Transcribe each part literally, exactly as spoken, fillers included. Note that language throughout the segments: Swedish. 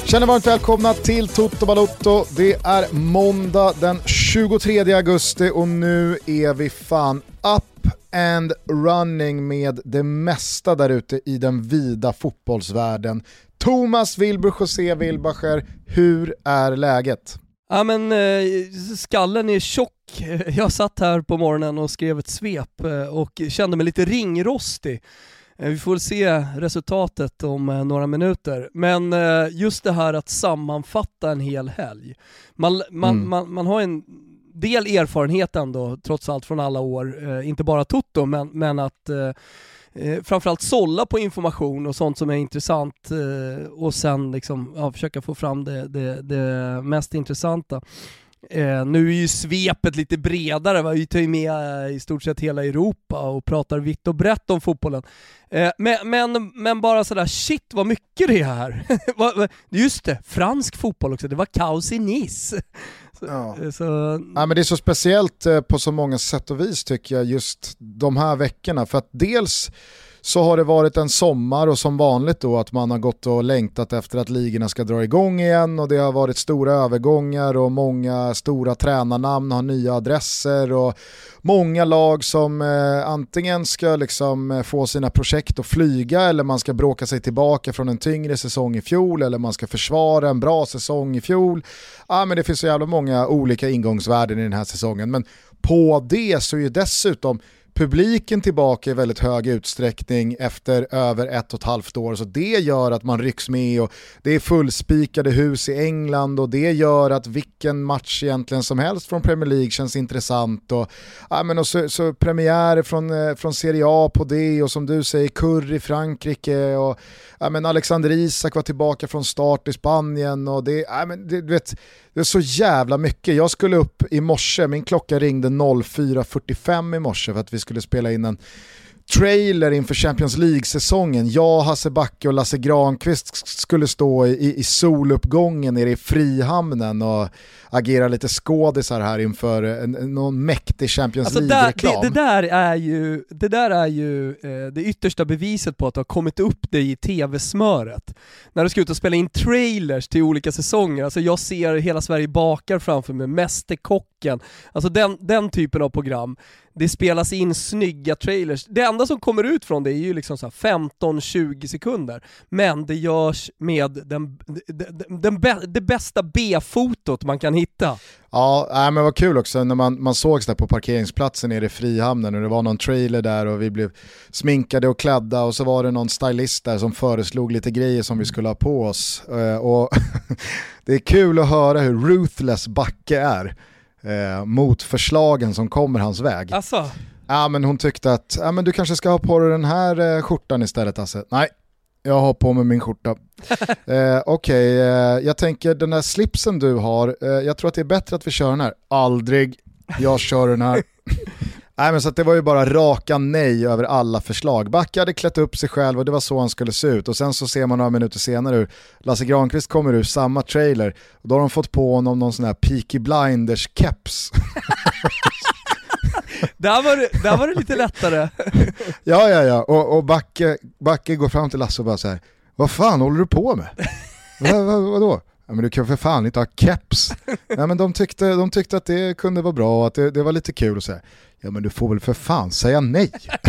Känner varmt välkomna till Toto Balotto. Det är måndag den tjugotredje augusti och nu är vi fan up and running med det mesta där ute i den vida fotbollsvärlden. Thomas Wilbur José Wilbacher, hur är läget? Ja men skallen är tjock. Jag satt här på morgonen och skrev ett svep och kände mig lite ringrostig. Vi får se resultatet om några minuter. Men just det här att sammanfatta en hel helg. Man, man, mm. man, man har en del erfarenhet ändå, trots allt från alla år. Inte bara Toto, men, men att eh, framförallt sålla på information och sånt som är intressant. Eh, och sen liksom, ja, försöka få fram det, det, det mest intressanta. Eh, nu är ju svepet lite bredare, va? Vi tar ju med eh, i stort sett hela Europa och pratar vitt och brett om fotbollen. Eh, men, men, men bara sådär, shit vad mycket det är här. Just det, fransk fotboll också, det var kaos i Nice. Så, ja. Så... Ja, men det är så speciellt eh, på så många sätt och vis tycker jag just de här veckorna. För att dels så har det varit en sommar och som vanligt då att man har gått och längtat efter att ligorna ska dra igång igen och det har varit stora övergångar och många stora tränarnamn har nya adresser och många lag som eh, antingen ska liksom få sina projekt att flyga eller man ska bråka sig tillbaka från en tyngre säsong i fjol eller man ska försvara en bra säsong i fjol. Ja, men det finns så jävla många olika ingångsvärden i den här säsongen, men på det så är ju dessutom publiken tillbaka i väldigt hög utsträckning efter över ett och ett halvt år. Så det gör att man rycks med och det är fullspikade hus i England och det gör att vilken match egentligen som helst från Premier League känns intressant. Och, ja, men och så, så premiärer från, från Serie A på det och som du säger Curry i Frankrike och ja, men Alexander Isak var tillbaka från start i Spanien och det, ja, men det, du vet, det är så jävla mycket. Jag skulle upp i morse, min klocka ringde fyra fyrtiofem i morse för att vi skulle spela in en trailer inför Champions League-säsongen. Jag, Hasse Backe och Lasse Granqvist skulle stå i, i soluppgången nere i Frihamnen och agera lite skådisar här inför en, någon mäktig Champions alltså League-reklam. Det, det där är ju, det, där är ju eh, det yttersta beviset på att du har kommit upp dig i tv-smöret. När du ska ut och spela in trailers till olika säsonger. Alltså jag ser Hela Sverige bakar framför mig, Mästerkocken. Alltså den, den typen av program. Det spelas in snygga trailers. Det enda som kommer ut från det är ju liksom så här femton till tjugo sekunder. Men det görs med den, den, den, den, det bästa B-fotot man kan hitta. Ja, äh, men vad kul också när man, man sågs där på parkeringsplatsen nere i Frihamnen och det var någon trailer där och vi blev sminkade och klädda och så var det någon stylist där som föreslog lite grejer som vi skulle ha på oss. Uh, och det är kul att höra hur ruthless Backe är. Eh, mot förslagen som kommer hans väg. Alltså. Ja, men hon tyckte att ja, men du kanske ska ha på dig den här eh, skjortan istället. Alltså. Nej, jag har på mig min skjorta. eh, Okej, okay, eh, jag tänker den här slipsen du har, eh, jag tror att det är bättre att vi kör den här. Aldrig, jag kör den här. Nej, men så att det var ju bara raka nej över alla förslag. Backe hade klätt upp sig själv och det var så han skulle se ut. Och sen så ser man några minuter senare hur Lasse Granqvist kommer ur samma trailer. Och då har de fått på honom någon sån här Peaky Blinders keps. där, var det, där var det lite lättare. ja, ja, ja. Och, och Backe, Backe går fram till Lasse och bara så här: vad fan håller du på med? vad, vad, vadå? Ja, men du kan för fan inte ha keps. Ja, men de tyckte, de tyckte att det kunde vara bra, att det, det var lite kul och så här. Ja, men du får väl för fan säga nej.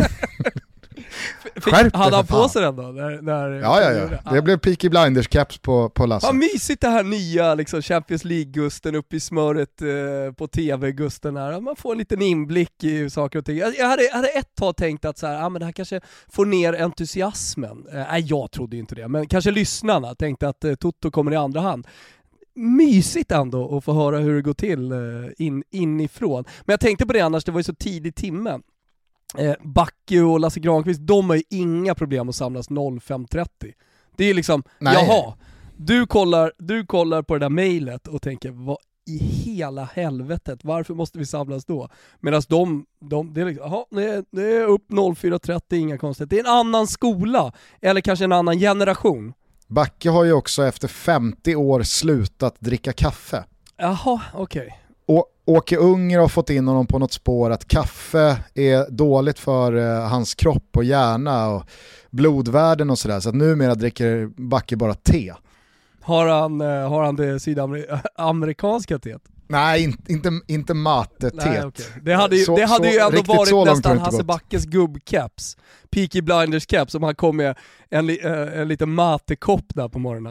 Fick, hade han på sig den då? När, när ja, ja, ja. Det blev Peaky Blinders caps på, på Lasse. Vad mysigt det här nya liksom, Champions League-gusten uppe i smöret eh, på tv-gusten här. Man får en liten inblick i saker och ting. Jag, jag, hade, jag hade ett tag tänkt att så här, ah, men det här kanske får ner entusiasmen. Eh, nej, jag trodde inte det. Men kanske lyssnarna tänkte att eh, Toto kommer i andra hand. Mysigt ändå att få höra hur det går till eh, in, inifrån. Men jag tänkte på det annars, det var ju så tidig timme. Eh, Backe och Lasse Granqvist, de har ju inga problem att samlas fem trettio. Det är liksom, nej. Jaha, du kollar, du kollar på det där mejlet och tänker, vad i hela helvetet, varför måste vi samlas då? Medan de, de det är liksom, jaha, det är, det är upp fyra trettio, inga konstigt. Det är en annan skola, eller kanske en annan generation. Backe har ju också efter femtio år slutat dricka kaffe. Jaha, okej. Okay. Och Åke Unger har fått in honom på något spår att kaffe är dåligt för eh, hans kropp och hjärna och blodvärden och sådär. Så att numera dricker Backe bara te. Har han, har han det sydamerikanska teet? Nej, inte, inte, inte mate-teet. Okay. Det hade ju, så, det hade ju ändå varit nästan Hasse Backes gubbcaps. Peaky Blinders caps som han kom med en, en liten mate-kopp där på morgonen.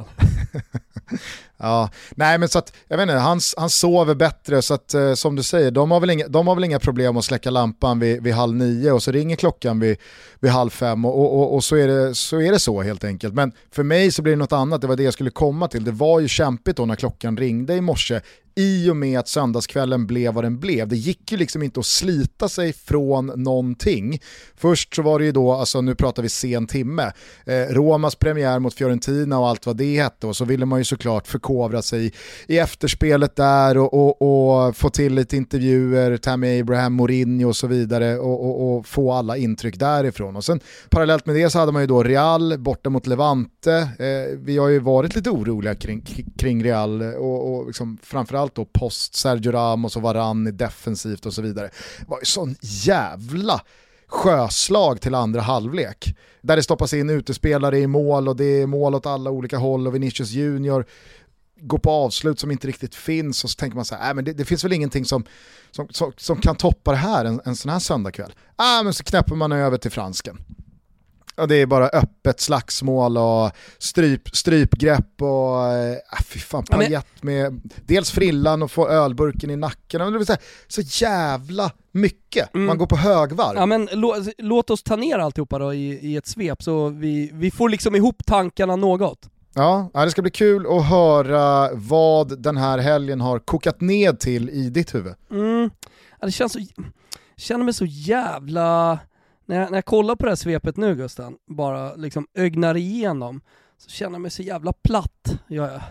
Ja, nej men så att, jag vet inte, han, han sover bättre så att eh, som du säger, de har väl inga, de har väl inga problem att släcka lampan vid, vid halv nio och så ringer klockan vid, vid halv fem och, och, och, och så, är det, så är det så helt enkelt. Men för mig så blir det något annat, det var det jag skulle komma till. Det var ju kämpigt då när klockan ringde i morse i och med att söndagskvällen blev vad den blev. Det gick ju liksom inte att slita sig från någonting. Först så var det ju då, alltså nu pratar vi sen timme, eh, Romas premiär mot Fiorentina och allt vad det hette och så ville man ju såklart förkovra sig i efterspelet där och, och, och få till lite intervjuer, Tammy Abraham, Mourinho och så vidare och, och, och få alla intryck därifrån. Och sen parallellt med det så hade man ju då Real borta mot Levante. Eh, vi har ju varit lite oroliga kring, kring Real och, och liksom framförallt då post Sergio Ramos och Varane defensivt och så vidare. Det var ju sån jävla sjöslag till andra halvlek. Där det stoppas in utespelare i mål och det är mål åt alla olika håll och Vinicius Junior går på avslut som inte riktigt finns och så tänker man så här, äh, men det, det finns väl ingenting som, som, som, som kan toppa det här en, en sån här söndagkväll. Äh, men så knäpper man över till fransken. Och det är bara öppet slagsmål och stryp, strypgrepp och äh, fy fan, paljett med dels frillan och få ölburken i nacken. Det vill säga, så jävla mycket. Mm. Man går på högvarv. Ja, men lå, låt oss ta ner alltihopa då i, i ett svep så vi, vi får liksom ihop tankarna något. Ja, det ska bli kul att höra vad den här helgen har kokat ned till i ditt huvud. Mm. Ja, det känns så, jag känner mig så jävla... När jag, när jag kollar på det här svepet nu, Gusten, bara liksom ögnar igenom, så känner jag mig så jävla platt. Ja, ja.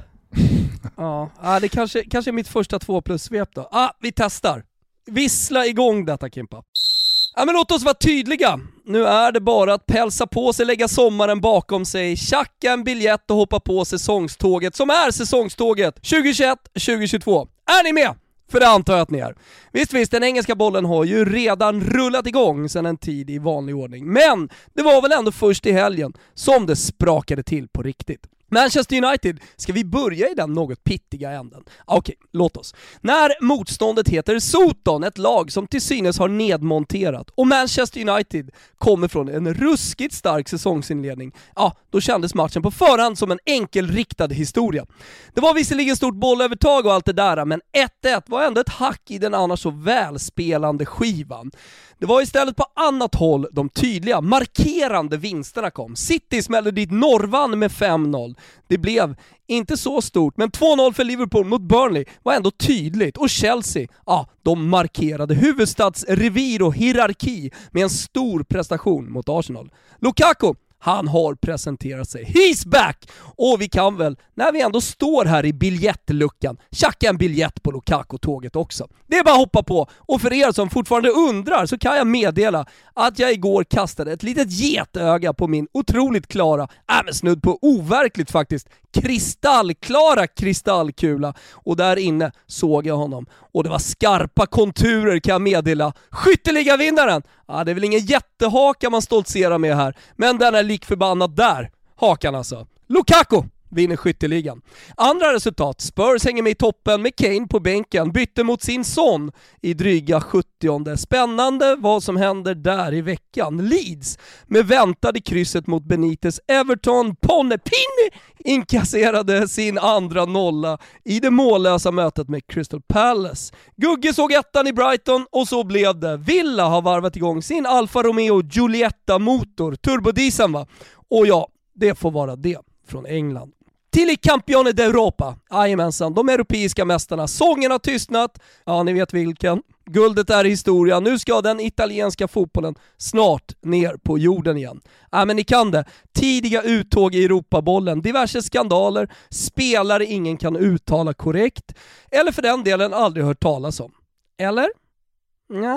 Ja, ja, det kanske, kanske är mitt första två plus-svep då. Ah, vi testar. Vissla igång detta, Kimpa. Ja, men låt oss vara tydliga. Nu är det bara att pälsa på sig, lägga sommaren bakom sig, tjacka en biljett och hoppa på säsongståget som är säsongståget tjugohundratjugoett tjugohundratjugotvå. Är ni med? För det antar jag att ni är. Visst, visst, den engelska bollen har ju redan rullat igång sedan en tid i vanlig ordning. Men det var väl ändå först i helgen som det sprakade till på riktigt. Manchester United, ska vi börja i den något pittiga änden? Okej, låt oss. När motståndet heter Soton, ett lag som till synes har nedmonterat, och Manchester United kommer från en ruskigt stark säsongsinledning, ja, då kändes matchen på förhand som en enkelriktad historia. Det var visserligen stort bollövertag och allt det där, men ett ett var ändå ett hack i den annars så välspelande skivan. Det var istället på annat håll de tydliga, markerande vinsterna kom. City smällde dit Norrvan med fem noll. Det blev inte så stort, men två noll för Liverpool mot Burnley var ändå tydligt. Och Chelsea, ja, de markerade huvudstadsrevir och hierarki med en stor prestation mot Arsenal. Lukaku, han har presenterat sig. He's back! Och vi kan väl, när vi ändå står här i biljettluckan, tjacka en biljett på Lukaku-tåget också. Det är bara att hoppa på. Och för er som fortfarande undrar så kan jag meddela att jag igår kastade ett litet getöga på min otroligt klara, äh men snudd på overkligt faktiskt, kristallklara kristallkula. Och där inne såg jag honom. Och det var skarpa konturer, kan jag meddela. Skytteligavinnaren! Ja, det är väl ingen jättehaka man stoltserar med här. Men den är likförbannad där. Hakan alltså. Lukaku vinner skytteligan. Andra resultat. Spurs hänger med i toppen med Kane på bänken. Bytte mot sin son i dryga sjuttionde. Spännande vad som händer där i veckan. Leeds med väntade krysset mot Benitez. Everton Ponnepinni inkasserade sin andra nolla i det mållösa mötet med Crystal Palace. Gugge såg ettan i Brighton och så blev det. Villa har varvat igång sin Alfa Romeo Giulietta-motor. Turbodieseln, va? Och ja, det får vara det från England. Till i Campione d'Europa. Jajamensan, de europeiska mästarna. Sången har tystnat. Ja, ni vet vilken. Guldet är historia. Nu ska den italienska fotbollen snart ner på jorden igen. Ja, men ni kan det. Tidiga uttåg i Europabollen. Diverse skandaler. Spelare ingen kan uttala korrekt. Eller för den delen aldrig hört talas om. Eller? Ja,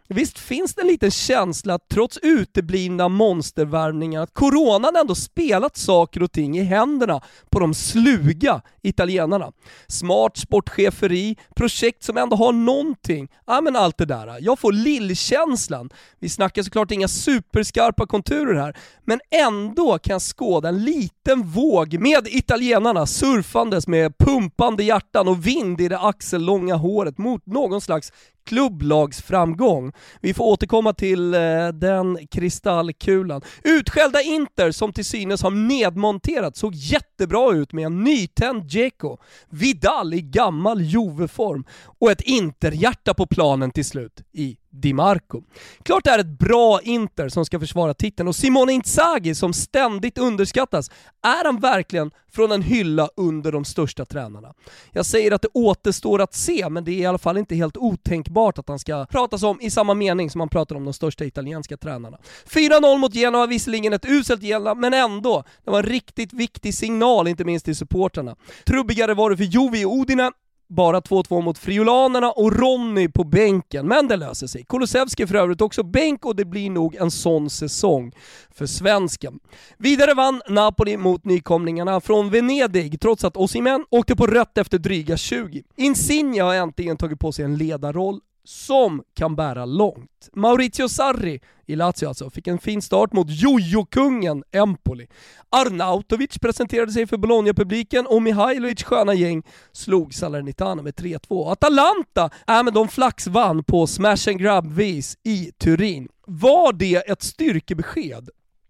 Visst finns det en liten känsla att trots uteblivna monstervärvningar att coronan ändå spelat saker och ting i händerna på de sluga italienarna. Smart sportcheferi, projekt som ändå har någonting. Ja, men allt det där. Jag får lillkänslan. Vi snackar såklart inga superskarpa konturer här, men ändå kan jag skåda en liten våg med italienarna surfandes med pumpande hjärtan och vind i det axellånga håret mot någon slags klubblagsframgång. Vi får återkomma till eh, den kristallkulan. Utskällda Inter som till synes har nedmonterat såg jättebra ut med en nytänd Dzeko. Vidal i gammal Juve-form och ett Interhjärta på planen till slut i Di Marco. Klart det är ett bra Inter som ska försvara titeln, och Simone Inzaghi som ständigt underskattas, är han verkligen från en hylla under de största tränarna? Jag säger att det återstår att se, men det är i alla fall inte helt otänkbart att han ska pratas om i samma mening som man pratar om de största italienska tränarna. fyra noll mot Genoa, visserligen ett uselt Genoa, men ändå, det var en riktigt viktig signal, inte minst till supporterna. Trubbigare var det för Juve i Udine, bara två två mot Friolanerna och Ronny på bänken, men det löser sig. Kulusevski för övrigt också bänk, och det blir nog en sån säsong för svensken. Vidare vann Napoli mot nykomlingarna från Venedig trots att Osimhen åkte på rött efter dryga tjugo. Insigne har äntligen tagit på sig en ledarroll som kan bära långt. Maurizio Sarri i Lazio alltså fick en fin start mot Jojo-kungen Empoli. Arnautovic presenterade sig för Bologna-publiken och Mihailovic sköna gäng slog Salernitana med tre två. Atalanta, äh, men de flax vann på smash and grab-vis i Turin. Var det ett styrkebesked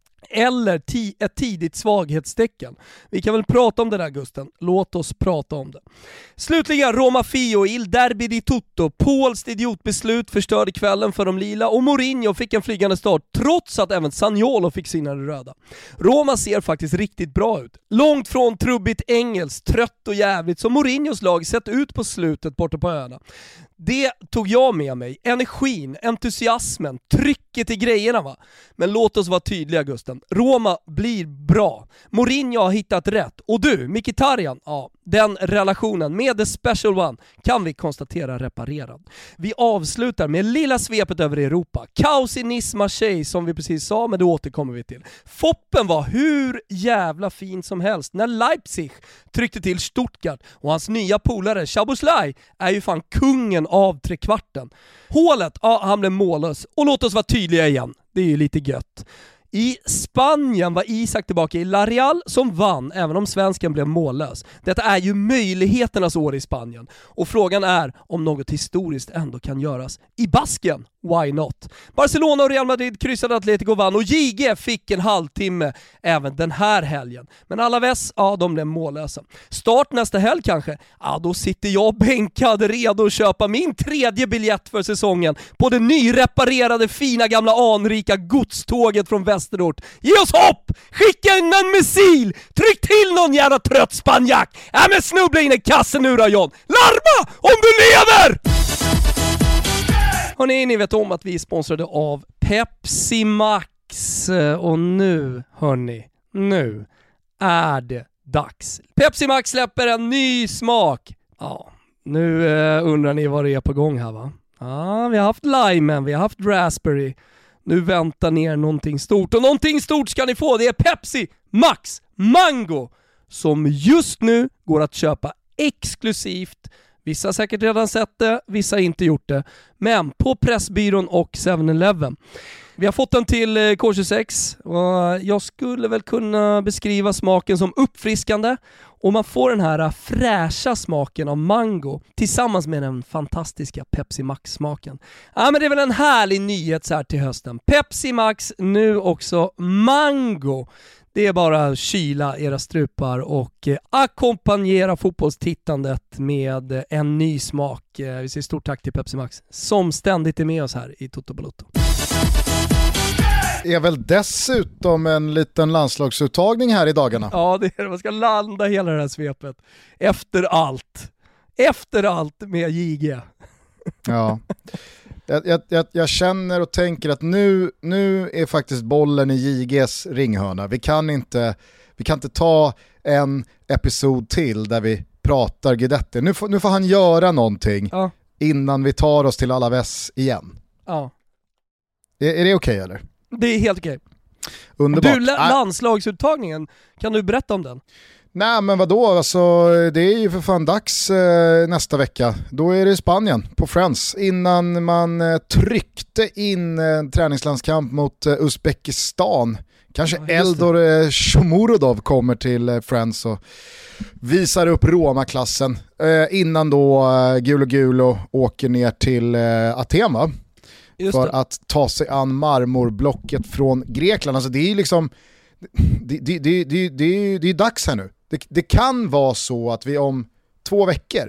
eller ti- ett tidigt svaghetstecken? Vi kan väl prata om det där, Gusten. Låt oss prata om det. Slutligen Roma Fio, il derby di tutto. Pauls idiotbeslut förstörde kvällen för de lila och Mourinho fick en flygande start trots att även Zaniolo fick sina röda. Roma ser faktiskt riktigt bra ut. Långt från trubbigt engelskt, trött och jävligt som Mourinhos lag sett ut på slutet borta på öarna. Det tog jag med mig. Energin, entusiasmen, trycket i grejerna, va. Men låt oss vara tydliga, Gusten. Roma blir bra. Mourinho har hittat rätt. Och du, Mkhitaryan, ja, den relationen med the special one kan vi konstatera reparerad. Vi avslutar med lilla svepet över Europa. Kaos i Nice Marseille som vi precis sa, men det återkommer vi till. Foppen var hur jävla fin som helst när Leipzig tryckte till Stuttgart, och hans nya polare Szoboszlai är ju fan kungen av trekvarten. Hålet, ja, han blev mållös. Och låt oss vara tydliga igen, det är ju lite gött. I Spanien var Isak tillbaka i La Real som vann, även om svensken blev mållös. Detta är ju möjligheternas år i Spanien. Och frågan är om något historiskt ändå kan göras i Basken. Why not? Barcelona och Real Madrid kryssade, Atletico vann och J G fick en halvtimme även den här helgen. Men Alaves, ja, de blev mållösa. Start nästa helg kanske? Ja, då sitter jag bänkad redo att köpa min tredje biljett för säsongen på det nyreparerade fina gamla anrika godståget från Västerort. Ge oss hopp! Skicka in en missil! Tryck till någon jävla trött spanjak! Ja, men snubbla in i kassen nu då, John! Larma om du lever! Hörrni, ni vet om att vi är sponsrade av Pepsi Max, och nu, hörni, nu är det dags. Pepsi Max släpper en ny smak. Ja, nu eh, undrar ni vad det är på gång här, va? Ja, vi har haft lime, vi har haft raspberry. Nu väntar ni er någonting stort, och någonting stort ska ni få. Det är Pepsi Max Mango som just nu går att köpa exklusivt. Vissa har säkert redan sett det, vissa har inte gjort det. Men på Pressbyrån och seven eleven. Vi har fått den till K tjugosex och jag skulle väl kunna beskriva smaken som uppfriskande. Och man får den här fräscha smaken av mango tillsammans med den fantastiska Pepsi Max-smaken. Ja, men det är väl en härlig nyhet så här till hösten. Pepsi Max, nu också mango. Det är bara att kyla era strupar och ackompanjera fotbollstittandet med en ny smak. Vi säger stort tack till Pepsi Max som ständigt är med oss här i Toto Balotto. Det är väl dessutom en liten landslagsuttagning här i dagarna. Ja, det är, man ska landa hela det här svepet. Efter allt. Efter allt med J G. Ja. Jag, jag, jag, jag känner och tänker att nu, nu är faktiskt bollen i J Gs ringhörna. Vi kan inte, vi kan inte ta en episod till där vi pratar Guidetti. Nu får, nu får han göra någonting, ja, innan vi tar oss till Alaves igen. Ja, Är, är det okej okay, eller? Det är helt okej. Underbart. Du, landslagsuttagningen, kan du berätta om den? Nej men vadå, alltså, det är ju för fan dags eh, nästa vecka. Då är det Spanien på Friends. Innan man eh, tryckte in en eh, träningslandskamp mot eh, Uzbekistan. Kanske ja, Eldor eh, Shomurodov kommer till eh, Friends och visar upp Roma-klassen. Eh, innan då eh, Gulo Gulo åker ner till eh, Aten va? För att ta sig an marmorblocket från Grekland. Alltså det är ju liksom det, det, det, det, det, det är dags här nu. Det, det kan vara så att vi om två veckor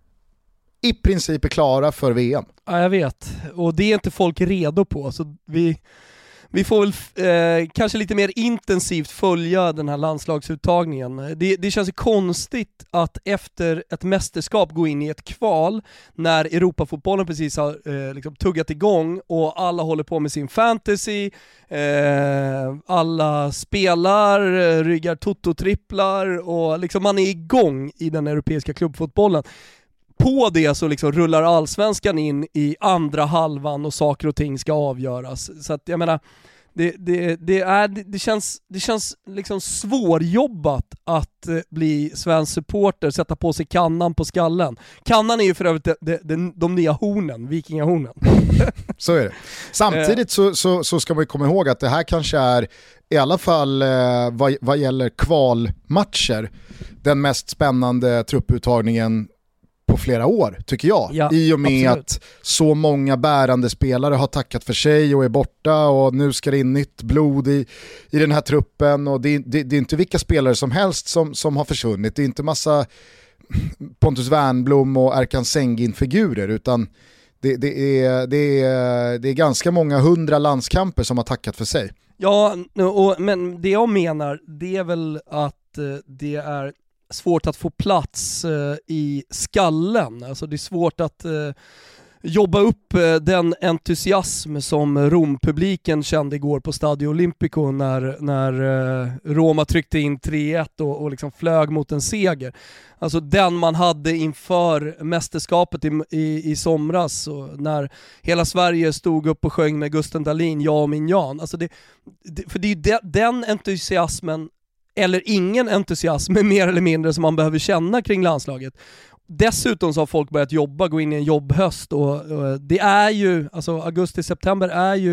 i princip är klara för V M. Ja, jag vet. Och det är inte folk redo på. Så vi, vi får väl eh, kanske lite mer intensivt följa den här landslagsuttagningen. Det, det känns konstigt att efter ett mästerskap gå in i ett kval när Europafotbollen precis har eh, liksom tuggat igång och alla håller på med sin fantasy. Eh, alla spelar, ryggar toto-tripplar och liksom man är igång i den europeiska klubbfotbollen. På det så liksom rullar allsvenskan in i andra halvan och saker och ting ska avgöras. Så att jag menar, det, det, det, är, det känns, det känns liksom svårjobbat att bli svensk supporter, sätta på sig kannan på skallen. Kannan är ju för övrigt de, de, de, de nya hornen, vikingahornen. Så är det. Samtidigt så, så, så ska man ju komma ihåg att det här kanske är, i alla fall eh, vad, vad gäller kvalmatcher, den mest spännande trupputtagningen på flera år, tycker jag. Ja, I och med absolut. Att så många bärande spelare har tackat för sig och är borta och nu ska det in nytt blod i, i den här truppen och det, det, det är inte vilka spelare som helst som, som har försvunnit. Det är inte massa Pontus Wernbloom och Erkan Sengin-figurer utan det, det, är, det, är, det är ganska många hundra landskamper som har tackat för sig. Ja, och, men det jag menar det är väl att det är svårt att få plats eh, i skallen. Alltså det är svårt att eh, jobba upp eh, den entusiasm som Rom-publiken kände igår på Stadio Olimpico när, när eh, Roma tryckte in tre ett och, och liksom flög mot en seger. Alltså den man hade inför mästerskapet i, i, i somras och när hela Sverige stod upp och sjöng med Gusten Dahlin, ja min Jan. Alltså det, det, för det är ju de, den entusiasmen eller ingen entusiasm mer eller mindre som man behöver känna kring landslaget. Dessutom så har folk börjat jobba, gå in i en jobbhöst och, och det är ju, alltså augusti-september är ju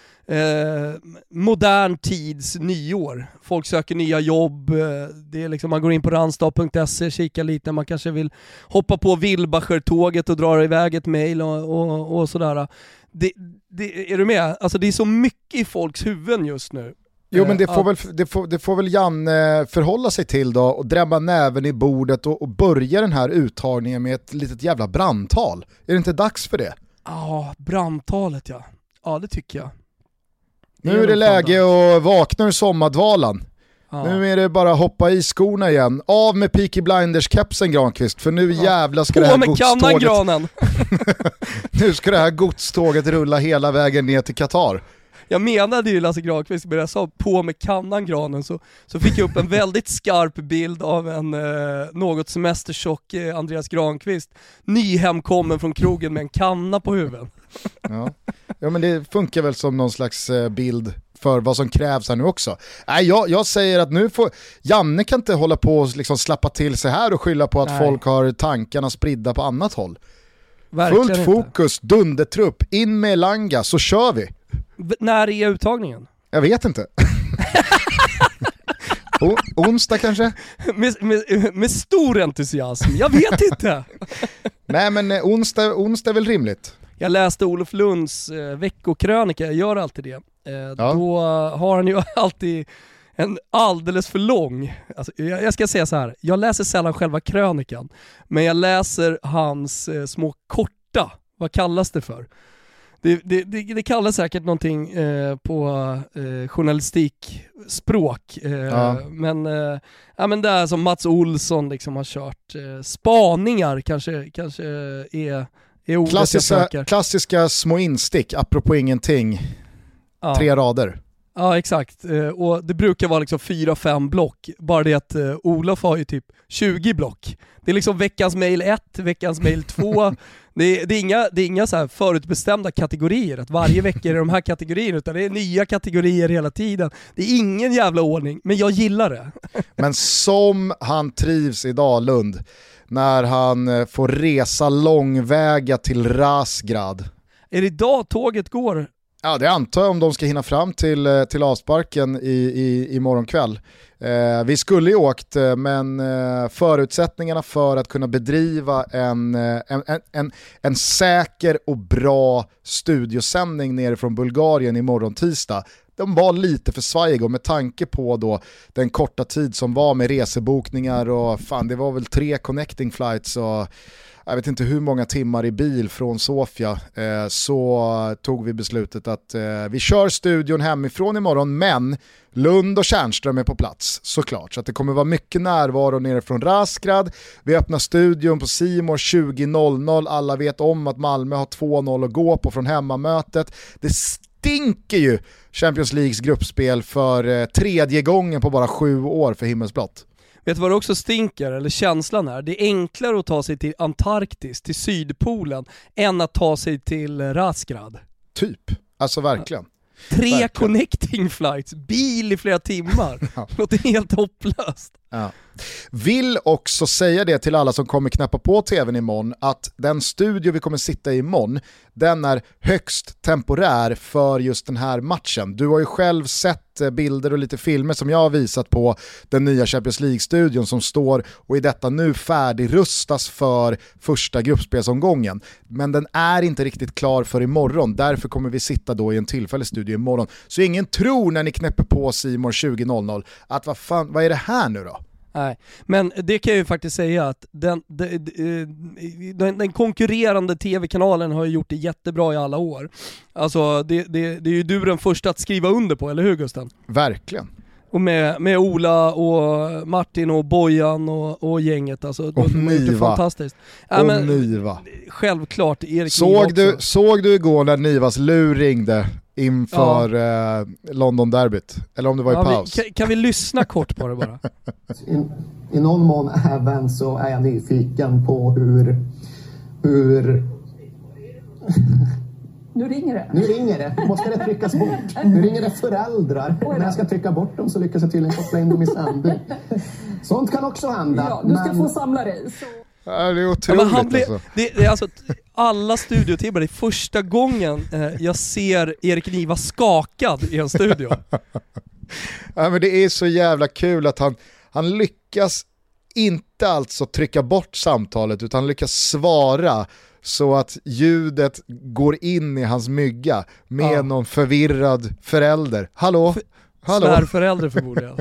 eh, modern tids nyår. Folk söker nya jobb, det är liksom, man går in på randstad punkt se, kikar lite, man kanske vill hoppa på Wilbacher-tåget och dra iväg ett mejl och, och, och sådär. Det, det, är du med? Alltså det är så mycket i folks huvuden just nu. Jo men det får, väl, det, får, det får väl Janne förhålla sig till då och drämma näven i bordet och, och börja den här uttagningen med ett litet jävla brandtal. Är det inte dags för det? Ja, brandtalet ja. Ja det tycker jag. Det nu är, är det läge att vakna ur sommardvalan. Ja. Nu är det bara hoppa i skorna igen. Av med Peaky Blinders-kepsen Granqvist, för nu ja. jävla ska på det här godståget... granen. Nu ska det här godståget rulla hela vägen ner till Qatar. Jag menade ju Lasse Granqvist, men jag sa på med kannan granen så, så fick jag upp en väldigt skarp bild av en eh, något semestertjock eh, Andreas Granqvist nyhemkommen från krogen med en kanna på huvudet. Ja. Ja men det funkar väl som någon slags eh, bild för vad som krävs här nu också. Nej, jag, jag säger att nu får Janne kan inte hålla på och liksom slappa till sig här och skylla på att Nej. folk har tankarna spridda på annat håll. Verkligen Fullt inte. Fokus, dundertrupp, in med Langa så kör vi. V- när är uttagningen? Jag vet inte. o- onsdag kanske? Med, med, med stor entusiasm, jag vet inte. Nej men eh, onsdag, onsdag är väl rimligt. Jag läste Olof Lunds eh, veckokrönika, jag gör alltid det. Eh, ja. Då har han ju alltid en alldeles för lång, alltså, jag, jag ska säga så här, jag läser sällan själva krönikan, men jag läser hans eh, små korta, vad kallas det för? Det, det, det, det kallas säkert någonting eh, på eh, journalistikspråk, eh, ja. men, eh, ja, men det är som Mats Olsson liksom har kört, eh, spaningar kanske, kanske är, är ordet klassiska, jag söker. Klassiska små instick, apropå ingenting, ja. tre rader. Ja, exakt. Och det brukar vara liksom fyra fem block. Bara det att uh, Olof har ju typ tjugo block. Det är liksom veckans mail ett, veckans mail två. Det är, det är inga, det är inga så här förutbestämda kategorier. Att varje vecka är det de här kategorierna. Utan det är nya kategorier hela tiden. Det är ingen jävla ordning. Men jag gillar det. Men som han trivs idag, Lund. När han får resa långväga till Razgrad. Är det idag tåget går? Ja, det antar jag om de ska hinna fram till, till avsparken i, i, i morgon kväll. Eh, vi skulle ju åkt, men eh, förutsättningarna för att kunna bedriva en, en, en, en, en säker och bra studiosändning nere från Bulgarien i morgon tisdag, de var lite för svajiga, och med tanke på då den korta tid som var med resebokningar och fan, det var väl tre connecting flights och jag vet inte hur många timmar i bil från Sofia, eh, så tog vi beslutet att eh, vi kör studion hemifrån imorgon, men Lund och Tjärnström är på plats såklart, så att det kommer vara mycket närvaro nere från Razgrad. Vi öppnar studion på C More tjugo noll noll, alla vet om att Malmö har två noll att gå på från hemmamötet. Det stinker ju Champions Leagues gruppspel för eh, tredje gången på bara sju år för Himmelsblått. Vet du vad det också stinker, eller känslan är? Det är enklare att ta sig till Antarktis, till Sydpolen, än att ta sig till Razgrad. Typ, alltså verkligen. Tre verkligen. Connecting flights, bil i flera timmar. Ja. Det låter helt hopplöst. Ja. Vill också säga det till alla som kommer knäppa på tvn imorgon, att den studio vi kommer sitta i imorgon, den är högst temporär för just den här matchen. Du har ju själv sett bilder och lite filmer som jag har visat på den nya Champions League-studion som står och i detta nu färdigrustas för första gruppspelsomgången. Men den är inte riktigt klar för imorgon, därför kommer vi sitta då i en tillfällig studio imorgon. Så ingen tror när ni knäpper på C More tjugo noll noll att vad fan, vad är det här nu då? Nej, men det kan jag ju faktiskt säga att den, den, den, den konkurrerande tv-kanalen har ju gjort det jättebra i alla år. Alltså det, det, det är ju du den första att skriva under på, eller hur Gusten? Verkligen. Och med, med Ola och Martin och Bojan och, och gänget. Alltså, och de, de Niva. Fantastiskt. Och ja, men, Niva. Självklart, Erik såg du, såg du igår när Nivas lur ringde inför ja. eh, London-derbyt? Eller om det var i ja, paus? Vi, kan, kan vi lyssna kort på det bara? I, I någon mån även så är jag nyfiken på hur... hur... Nu ringer det. Nu ringer det. Måste det tryckas bort? Nu ringer det föräldrar. När jag ska trycka bort dem så lyckas jag tydligen koppla in dem i sändning. Sånt kan också hända. Ja, du ska men... få samla dig. Så... Ja, det är otroligt. Ja, han ble, alltså. Det, det är alltså alla studiotimmar, det är första gången eh, jag ser Erik Niva skakad i en studio. Ja, men det är så jävla kul att han, han lyckas inte alltså trycka bort samtalet, utan lyckas svara så att ljudet går in i hans mygga med ja. någon förvirrad förälder. Hallå? Hallå? Svärförälder förmodligen.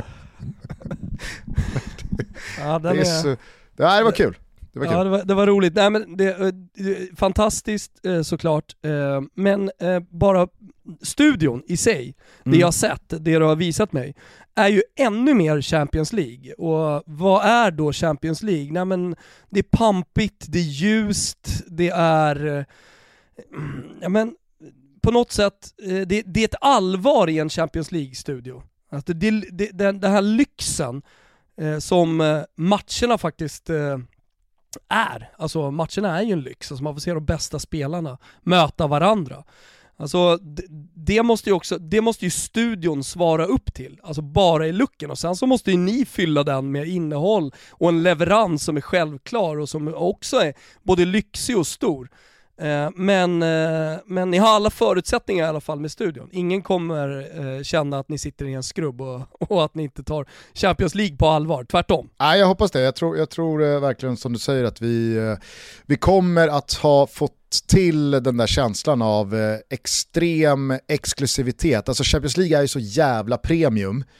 Ja, den det, är är... så... det här var kul. Det var, ja, det, var, det var roligt. Nej, men det, det, fantastiskt eh, såklart. Eh, men eh, bara studion i sig, mm. det jag har sett, det du har visat mig, är ju ännu mer Champions League. Och vad är då Champions League? Nej, men det är pampigt, det är ljust, det är... Eh, ja, men på något sätt, eh, det, det är ett allvar i en Champions League-studio. Alltså det, det, den, den här lyxen eh, som eh, matcherna faktiskt... Eh, är. Alltså matcherna är ju en lyx. Alltså man får se de bästa spelarna möta varandra. Alltså det, det måste ju också, det måste ju studion svara upp till. Alltså bara i lucken. Och sen så måste ju ni fylla den med innehåll och en leverans som är självklar och som också är både lyxig och stor. Eh, men, eh, men ni har alla förutsättningar i alla fall med studion. Ingen kommer eh, känna att ni sitter i en skrubb och, och att ni inte tar Champions League på allvar. Tvärtom. Nej, jag hoppas det. Jag tror, jag tror eh, verkligen som du säger att vi, eh, vi kommer att ha fått till den där känslan av eh, extrem exklusivitet. Alltså Champions League är ju så jävla premium.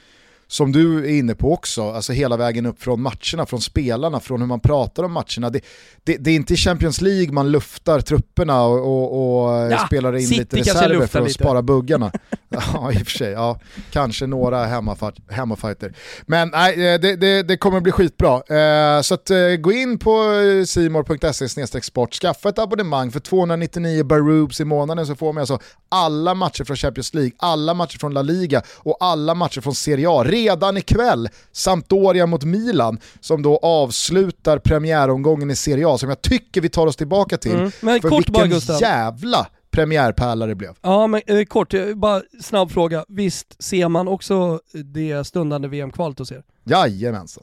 som du är inne på också, alltså hela vägen upp från matcherna, från spelarna, från hur man pratar om matcherna. Det, det, det är inte i Champions League man luftar trupperna och, och, och ja, spelar in lite reserver för att lite. spara buggarna. Ja, i och för sig. Ja, kanske några hemmafighter. Men nej, det, det, det kommer bli skitbra. Eh, så att, eh, gå in på c more punkt s e slash sport, skaffa ett abonnemang för tvåhundranittionio barubs i månaden, så får man alltså alla matcher från Champions League, alla matcher från La Liga och alla matcher från Serie A redan ikväll. Sampdoria mot Milan som då avslutar premiäromgången i Serie A, som jag tycker vi tar oss tillbaka till. Mm. Men för kort vilken bara, Gustav. jävla premiärpärla det blev. Ja, men eh, kort, bara snabb fråga. Visst ser man också det stundande V M-kvalet hos er? Jajamensan.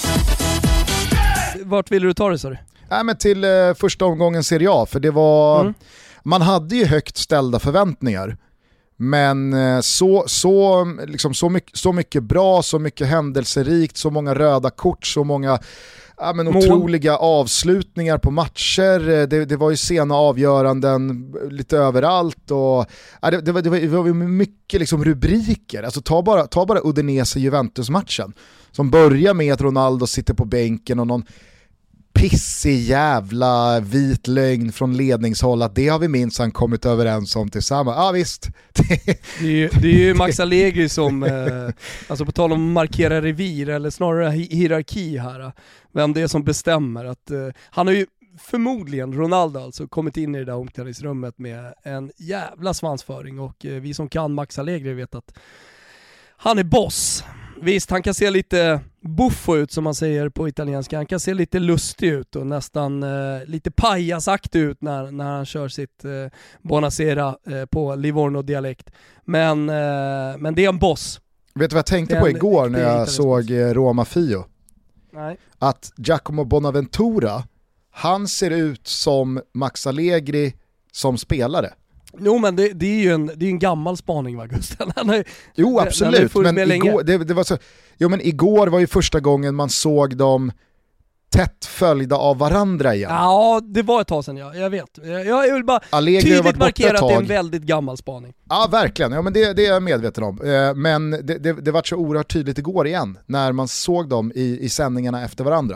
Vart vill du ta det, sa du? Nej, men till eh, första omgången Serie A, för det var mm. man hade ju högt ställda förväntningar. Men eh, så, så, liksom, så, mycket, så mycket bra, så mycket händelserikt, så många röda kort, så många ja, men otroliga avslutningar på matcher. Det, det var ju sena avgöranden lite överallt och ja, det, det, var, det, var, det var mycket liksom rubriker. Alltså ta bara, ta bara Udinese-Juventus-matchen som börjar med att Ronaldo sitter på bänken och någon pissig jävla vit lögn från ledningshåll att det har vi minsann kommit överens om tillsammans. Ja visst. Det är ju, det är ju Max Allegri som, eh, alltså på tal om markera revir eller snarare hierarki här, vem det är som bestämmer. Att, eh, han har ju förmodligen, Ronaldo alltså, kommit in i det där omklädningsrummet med en jävla svansföring och eh, vi som kan Max Allegri vet att han är boss. Visst, han kan se lite buffo ut som man säger på italienska. Han kan se lite lustig ut och nästan eh, lite pajasaktig ut när, när han kör sitt eh, Buonasera eh, på Livorno-dialekt. Men, eh, men det är en boss. Vet du vad jag tänkte på igår när jag såg eh, Roma Fio? Nej. Att Giacomo Bonaventura, han ser ut som Max Allegri som spelare. Jo, men det, det är ju en, det är en gammal spaning, va, Gustav? Är, jo, absolut. Men igår, det, det var så, jo, men igår var ju första gången man såg dem tätt följda av varandra igen. Ja, det var ett tag sedan, ja. Jag vet. Jag, jag vill bara Allegri tydligt markera att det är en väldigt gammal spaning. Ja, verkligen. Ja, men det, det är jag medveten om. Men det, det, det var så oerhört tydligt igår igen när man såg dem i, i sändningarna efter varandra.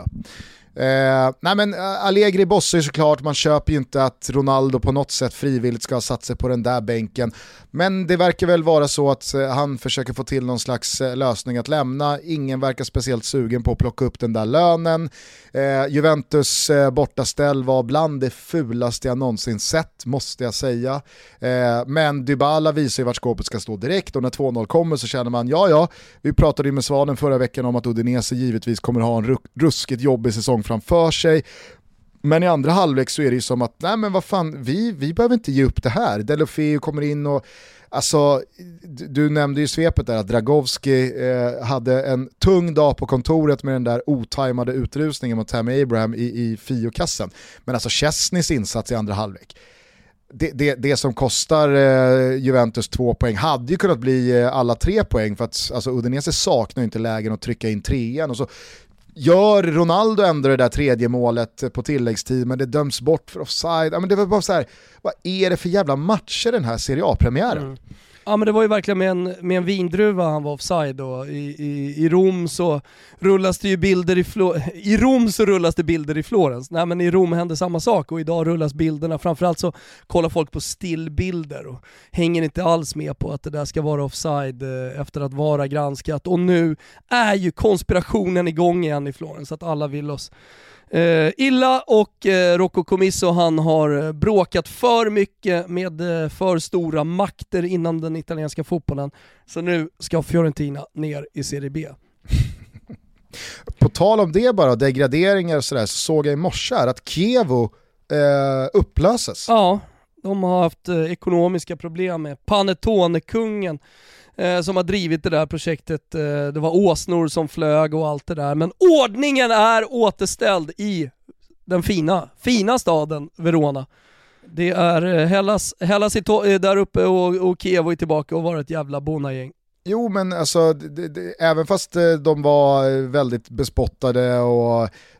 Eh, nej men Allegri bossar ju såklart, man köper ju inte att Ronaldo på något sätt frivilligt ska ha satt sig på den där bänken, men det verkar väl vara så att eh, han försöker få till någon slags eh, lösning att lämna. Ingen verkar speciellt sugen på att plocka upp den där lönen. eh, Juventus eh, bortaställ var bland det fulaste jag någonsin sett, måste jag säga. eh, men Dybala visar ju vart skåpet ska stå direkt, och när två noll kommer så känner man, ja ja, vi pratade ju med Svanen förra veckan om att Udinese givetvis kommer ha en ru- ruskigt jobbig säsong framför sig, men i andra halvlek så är det ju som att nej men vad fan, vi, vi behöver inte ge upp det här. Delofeu kommer in och alltså, du nämnde ju svepet där att Dragowski eh, hade en tung dag på kontoret med den där otajmade utrusningen mot Tammy Abraham i, i Fio-kassen, men alltså Chesneys insats i andra halvlek, Det, det, det som kostar eh, Juventus två poäng hade ju kunnat bli eh, alla tre poäng, för att alltså, Udinese saknar ju inte lägen att trycka in trean, och så gör Ronaldo ändå det där tredje målet på tilläggstid, men det döms bort för offside. Ja, men det var bara så här, vad är det för jävla matcher den här Serie A-premiären? Mm. Ja, men det var ju verkligen med en, med en vindruva han var offside då. I, i, i Rom så rullas det ju bilder i Flo- i Rom så rullas det bilder i Florens. Nej, men i Rom hände samma sak, och idag rullas bilderna. Framförallt så kollar folk på stillbilder och hänger inte alls med på att det där ska vara offside eh, efter att vara granskat. Och nu är ju konspirationen igång igen i Florens, att alla vill oss Uh, illa, och uh, Rocco Commisso, han har bråkat för mycket med uh, för stora makter inom den italienska fotbollen, så nu ska Fiorentina ner i Serie B. På tal om det, bara degraderingar och sådär, så såg jag i morse här att Chievo uh, upplöses. Ja, de har haft uh, ekonomiska problem med Panettone-kungen eh, som har drivit det där projektet. Eh, det var åsnor som flög och allt det där. Men ordningen är återställd i den fina, fina staden Verona. Det är eh, Hellas, Hellas är to- är där uppe och, och Chievo är tillbaka och var ett jävla bonagäng. Jo, men alltså, det, det, även fast de var väldigt bespottade och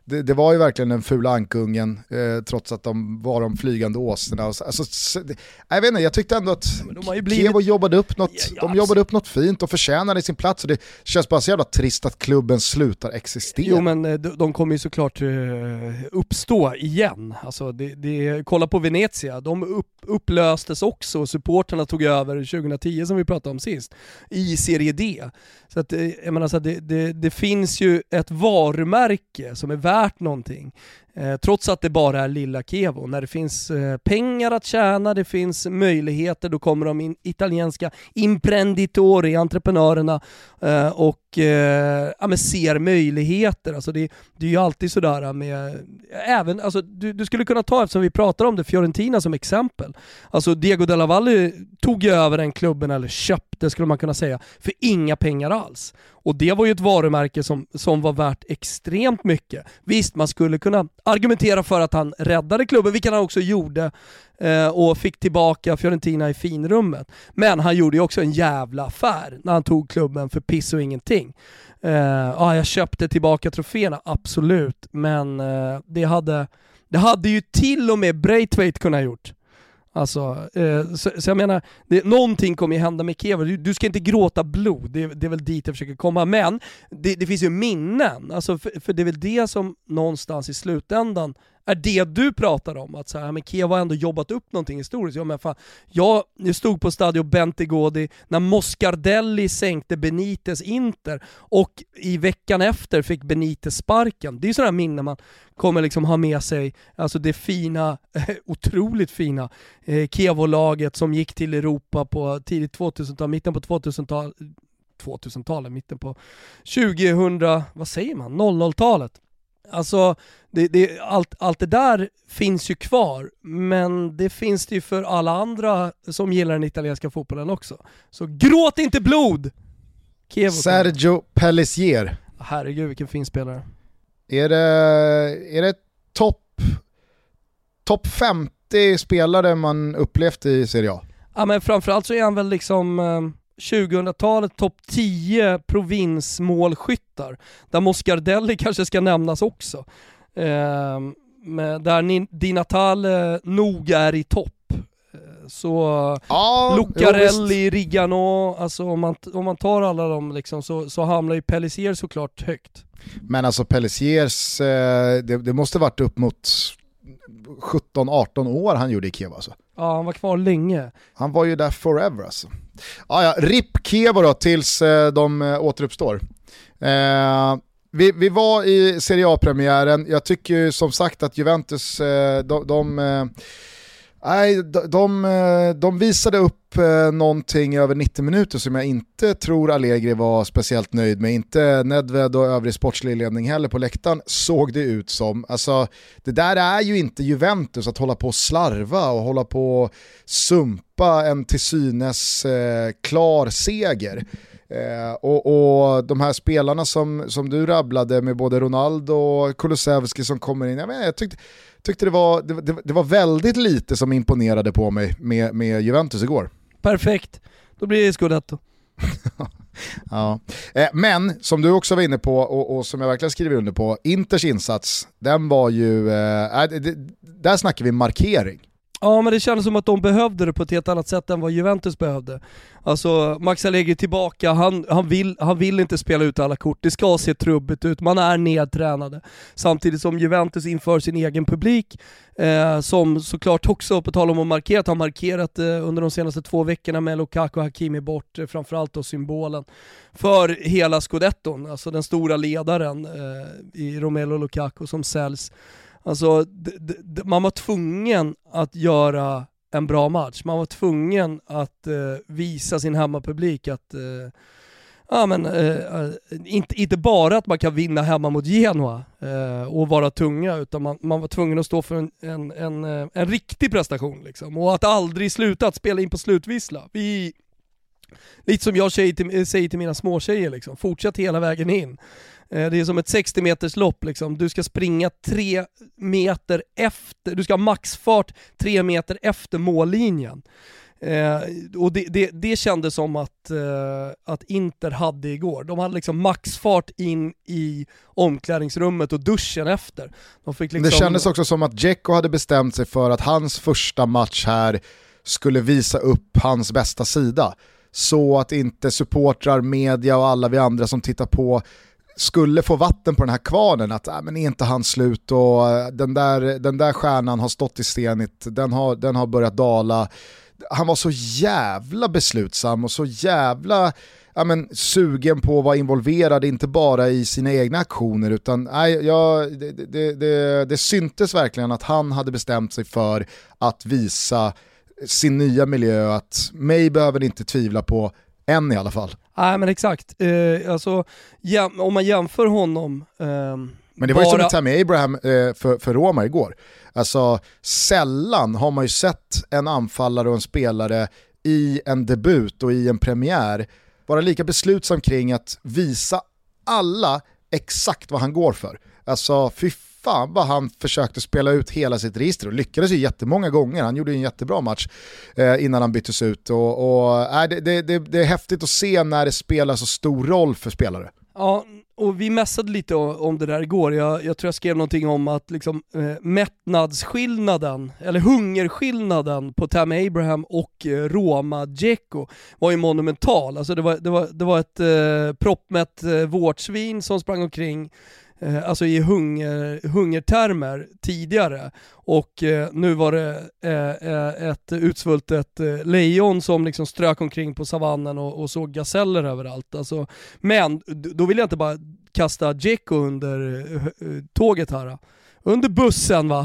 det, det var ju verkligen den fula ankungen eh, trots att de var de flygande åsnorna. Alltså, så, det, jag vet inte, jag tyckte ändå att blivit... Kevo jobbade upp något, ja, ja, de jobbade upp något fint och förtjänade sin plats, och det känns bara så jävla trist att klubben slutar existera. Jo, men de, de kommer ju såklart uh, uppstå igen. Alltså, det, det, kolla på Venezia, de upp, upplöstes också och supporterna tog över tjugohundratio som vi pratade om sist i Serie D. Så att, jag menar, så att det, det, det finns ju ett varumärke som är värt någonting. Eh, trots att det bara är lilla Kevo. När det finns eh, pengar att tjäna, det finns möjligheter, då kommer de in, italienska imprenditori, entreprenörerna eh, och eh, ja, men ser möjligheter. Alltså det, det är ju alltid sådär med, även, alltså, du, du skulle kunna ta, eftersom vi pratar om det, Fiorentina som exempel. Alltså Diego Della Valle tog över den klubben, eller köpte skulle man kunna säga, för inga pengar alls. Och det var ju ett varumärke som, som var värt extremt mycket. Visst, man skulle kunna argumentera för att han räddade klubben, vilket han också gjorde, eh, och fick tillbaka Fiorentina i finrummet. Men han gjorde ju också en jävla affär när han tog klubben för piss och ingenting. Eh, ja, jag köpte tillbaka troféerna, absolut. Men eh, det, hade, det hade ju till och med Braithwaite kunnat gjort. Alltså, eh, så, så jag menar, det, någonting kommer ju hända med Kevo. Du, du ska inte gråta blod, det, det är väl dit jag försöker komma. Men det, det finns ju minnen, alltså, för, för det är väl det som någonstans i slutändan är det du pratar om, att så här, men Kevo har ändå jobbat upp någonting historiskt. Ja, men fan, jag stod på Stadio Bentegodi när Moscardelli sänkte Benitez Inter och i veckan efter fick Benitez sparken. Det är sådana minnen man kommer liksom ha med sig, alltså det fina, otroligt fina eh, Kevo-laget som gick till Europa på tidigt tvåtusental, mitten på tvåtusental, tvåtusentalet, mitten på tjugohundra, vad säger man, noll noll-talet. Alltså, det, det, allt, allt det där finns ju kvar, men det finns det ju för alla andra som gillar den italienska fotbollen också. Så gråt inte blod! Kevo. Sergio Pellissier. Herregud, vilken fin spelare. Är det, är det topp top femtio spelare man upplevt i Serie A? Ja, men framförallt så är han väl liksom eh, tjugohundratalet topp tio provinsmålskyttar, där Moscardelli kanske ska nämnas också. Eh, med, där Di Natale nog är i topp. Så ja, Lucarelli, Rigano, alltså om man, om man tar alla dem liksom, så, så hamnar ju Pellissier såklart högt. Men alltså Pellissiers, eh, det, det måste varit upp mot sjutton arton år han gjorde i Kevo alltså. Ja, han var kvar länge. Han var ju där forever alltså. Ah, ja, R I P Kevo då tills eh, de eh, återuppstår. Eh, vi, vi var i Serie A-premiären. Jag tycker ju som sagt att Juventus, eh, de... de eh, Nej, de, de, de visade upp eh, någonting över nittio minuter som jag inte tror Allegri var speciellt nöjd med. Inte Nedved och övrig sportslig ledning heller på läktaren såg det ut som. Alltså, det där är ju inte Juventus, att hålla på och slarva och hålla på och sumpa en till synes eh, klar seger. Eh, och, och de här spelarna som, som du rabblade med, både Ronaldo och Kulusevski som kommer in, jag, menar, jag tyckte tyckte det var, det, det var väldigt lite som imponerade på mig med, med Juventus igår. Perfekt, då blir det Scudetto. Ja. eh, men som du också var inne på och, och som jag verkligen skriver under på, Inters insats, den var ju eh, det, det, där snackar vi markering. Ja, men det kändes som att de behövde det på ett helt annat sätt än vad Juventus behövde. Alltså Max Allegri tillbaka, han, han, vill, han vill inte spela ut alla kort, det ska se trubbigt ut, man är nedtränade. Samtidigt som Juventus inför sin egen publik, eh, som såklart också, på tal om att markera, har markerat eh, under de senaste två veckorna med Lukaku och Hakimi bort, eh, framförallt då symbolen för hela Scudetton, alltså den stora ledaren eh, i Romelu Lukaku som säljs. Alltså, d- d- man var tvungen att göra en bra match. Man var tvungen att eh, visa sin hemmapublik att eh, ja, men, eh, inte, inte bara att man kan vinna hemma mot Genoa eh, och vara tunga, utan man, man var tvungen att stå för en, en, en, en riktig prestation liksom. Och att aldrig sluta att spela in på slutvissla. Vi, lite som jag säger till, säger till mina småtjejer liksom, fortsätt hela vägen in. Det är som ett sextio meters lopp liksom. Du ska springa tre meter efter, du ska ha maxfart tre meter efter mållinjen. Eh, och det, det, det kändes som att, eh, att Inter hade igår. De hade liksom maxfart in i omklädningsrummet och duschen efter. De fick liksom... Det kändes också som att Dzeko hade bestämt sig för att hans första match här skulle visa upp hans bästa sida. Så att inte supportrar, media och alla vi andra som tittar på skulle få vatten på den här kvarnen, att äh, men är inte han slut och den där, den där stjärnan har stått i stenigt, den har, den har börjat dala. Han var så jävla beslutsam och så jävla ja, men, sugen på att vara involverad, inte bara i sina egna aktioner, utan nej, ja, det, det, det, det syntes verkligen att han hade bestämt sig för att visa sin nya miljö, att mig behöver inte tvivla på än i alla fall. Nej men exakt, eh, alltså jäm, om man jämför honom eh, men det var bara... ju som med Tammy Abraham eh, för, för Roma igår. Alltså sällan har man ju sett en anfallare och en spelare i en debut och i en premiär vara lika beslutsam kring att visa alla exakt vad han går för. Alltså fy fan vad han försökte spela ut hela sitt register och lyckades ju jättemånga gånger. Han gjorde en jättebra match eh, innan han byttes ut och, och äh, det, det, det, det är häftigt att se när det spelar så stor roll för spelare. Ja, och vi mässade lite om det där igår. Jag, jag tror jag skrev någonting om att liksom, eh, mättnadsskillnaden, eller hungerskillnaden på Tammy Abraham och eh, Roma Dzeko var ju monumental. Alltså det var, det var, det var ett eh, proppmätt eh, vårtsvin som sprang omkring eh, alltså i hunger, hungertermer tidigare. Och eh, nu var det eh, ett utsvultet eh, lejon som liksom strök omkring på savannen och, och såg gaseller överallt. Alltså, men då vill jag inte bara kasta Dzeko under eh, tåget här. Under bussen va?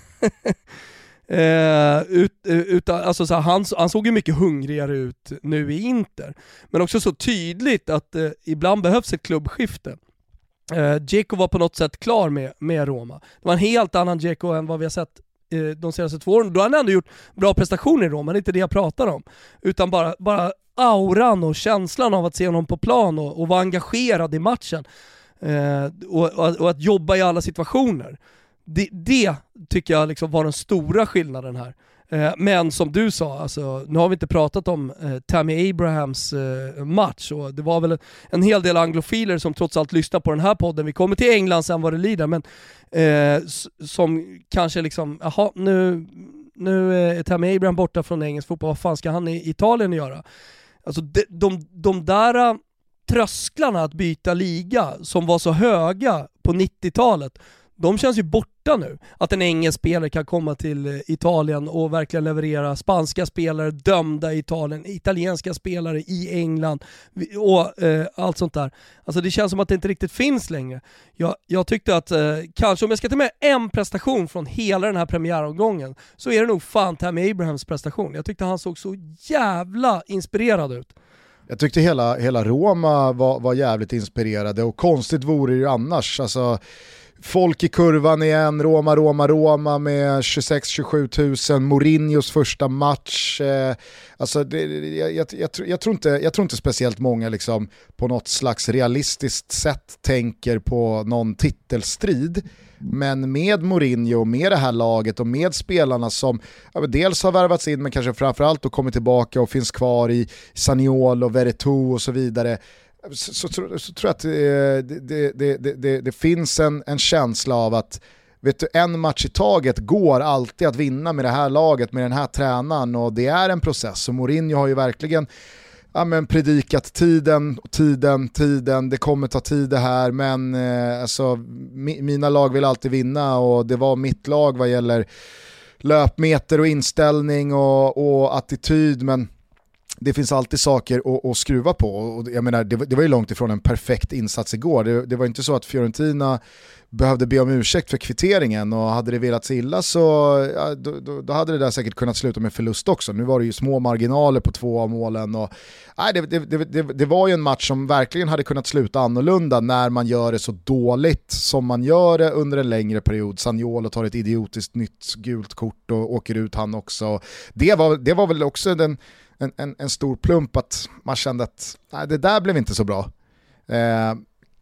eh, ut, utan, alltså, så här, han, han såg ju mycket hungrigare ut nu i Inter. Men också så tydligt att eh, ibland behövs ett klubbskifte. Uh, Dzeko var på något sätt klar med, med Roma. Det var en helt annan Dzeko än vad vi har sett uh, de senaste två åren. Då har han ändå gjort bra prestationer i Roma, det är inte det jag pratar om. Utan bara, bara auran och känslan av att se honom på plan och, och vara engagerad i matchen. Uh, och, och, och att jobba i alla situationer. Det, det tycker jag liksom var den stora skillnaden här. Men som du sa, alltså, nu har vi inte pratat om eh, Tammy Abrahams eh, match och det var väl en hel del anglofiler som trots allt lyssnar på den här podden. Vi kommer till England sen vad det lider, men eh, som kanske liksom, jaha, nu, nu är Tammy Abraham borta från engelsk fotboll, vad fan ska han i Italien göra? Alltså de, de, de där trösklarna att byta liga som var så höga på nittiotalet, de känns ju borta nu. Att en engelsk spelare kan komma till Italien och verkligen leverera. Spanska spelare dömda i Italien, italienska spelare i England och eh, allt sånt där. Alltså det känns som att det inte riktigt finns längre. Jag, jag tyckte att eh, kanske om jag ska ta med en prestation från hela den här premiäromgången så är det nog fan Tammy Abrahams prestation. Jag tyckte han såg så jävla inspirerad ut. Jag tyckte hela, hela Roma var, var jävligt inspirerade och konstigt vore det ju annars. Alltså folk i kurvan igen, Roma, Roma, Roma med tjugosex till tjugosju tusen, Mourinhos första match. Eh, alltså det, jag, jag, jag, jag, tror inte, jag tror inte speciellt många liksom på något slags realistiskt sätt tänker på någon titelstrid. Men med Mourinho, med det här laget och med spelarna som ja, dels har värvats in men kanske framförallt och kommit tillbaka och finns kvar i Zaniolo och Veretout och så vidare. Så, så, så, så tror jag att det, det, det, det, det finns en, en känsla av att vet du, en match i taget går alltid att vinna med det här laget, med den här tränaren, och det är en process. Och Mourinho har ju verkligen ja, men predikat tiden, tiden, tiden, det kommer ta tid det här, men eh, alltså, mi, mina lag vill alltid vinna och det var mitt lag vad gäller löpmeter och inställning och, och attityd, men det finns alltid saker att, att skruva på. Och jag menar, det, var, det var ju långt ifrån en perfekt insats igår. Det, det var inte så att Fiorentina behövde be om ursäkt för kvitteringen, och hade det velat illa så ja, då, då, då hade det där säkert kunnat sluta med förlust också. Nu var det ju små marginaler på två av målen. Och, nej, det, det, det, det, det var ju en match som verkligen hade kunnat sluta annorlunda när man gör det så dåligt som man gör det under en längre period. Zaniolo tar ett idiotiskt nytt gult kort och åker ut han också. Det var, det var väl också den En, en, en stor plump att man kände att nej, det där blev inte så bra. Eh,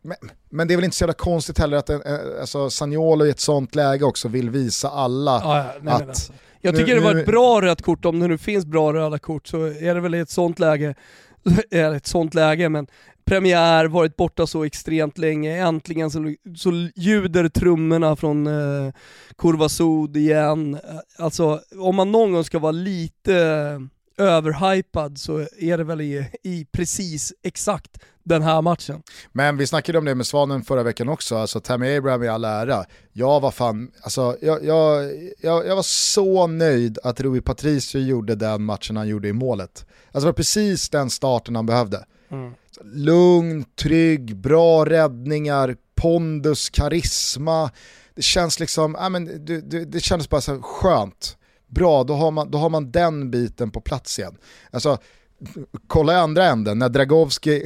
Men, men det är väl inte så jävla konstigt heller att en, alltså, Zaniolo i ett sånt läge också vill visa alla ja, ja, nej, att... alltså. Jag tycker nu, det var nu... ett bra rött kort, om det nu finns bra röda kort så är det väl i ett sånt läge, är ett sånt läge men premiär, varit borta så extremt länge, äntligen så, så ljuder trummorna från eh, Curva Sud igen. Alltså om man någon gång ska vara lite överhypad så är det väl i, i precis exakt den här matchen. Men vi snackade om det med Svanen förra veckan också, alltså Tammy Abraham i all ära. Jag var fan, alltså jag, jag, jag, jag var så nöjd att Rui Patricio gjorde den matchen han gjorde i målet. Alltså det var precis den starten han behövde. Mm. Lugn, trygg, bra räddningar, pondus, karisma. Det känns liksom, ja, men det, det, det känns bara så skönt. Bra, då har man, då har man den biten på plats igen. Alltså, kolla i andra änden när Dragowski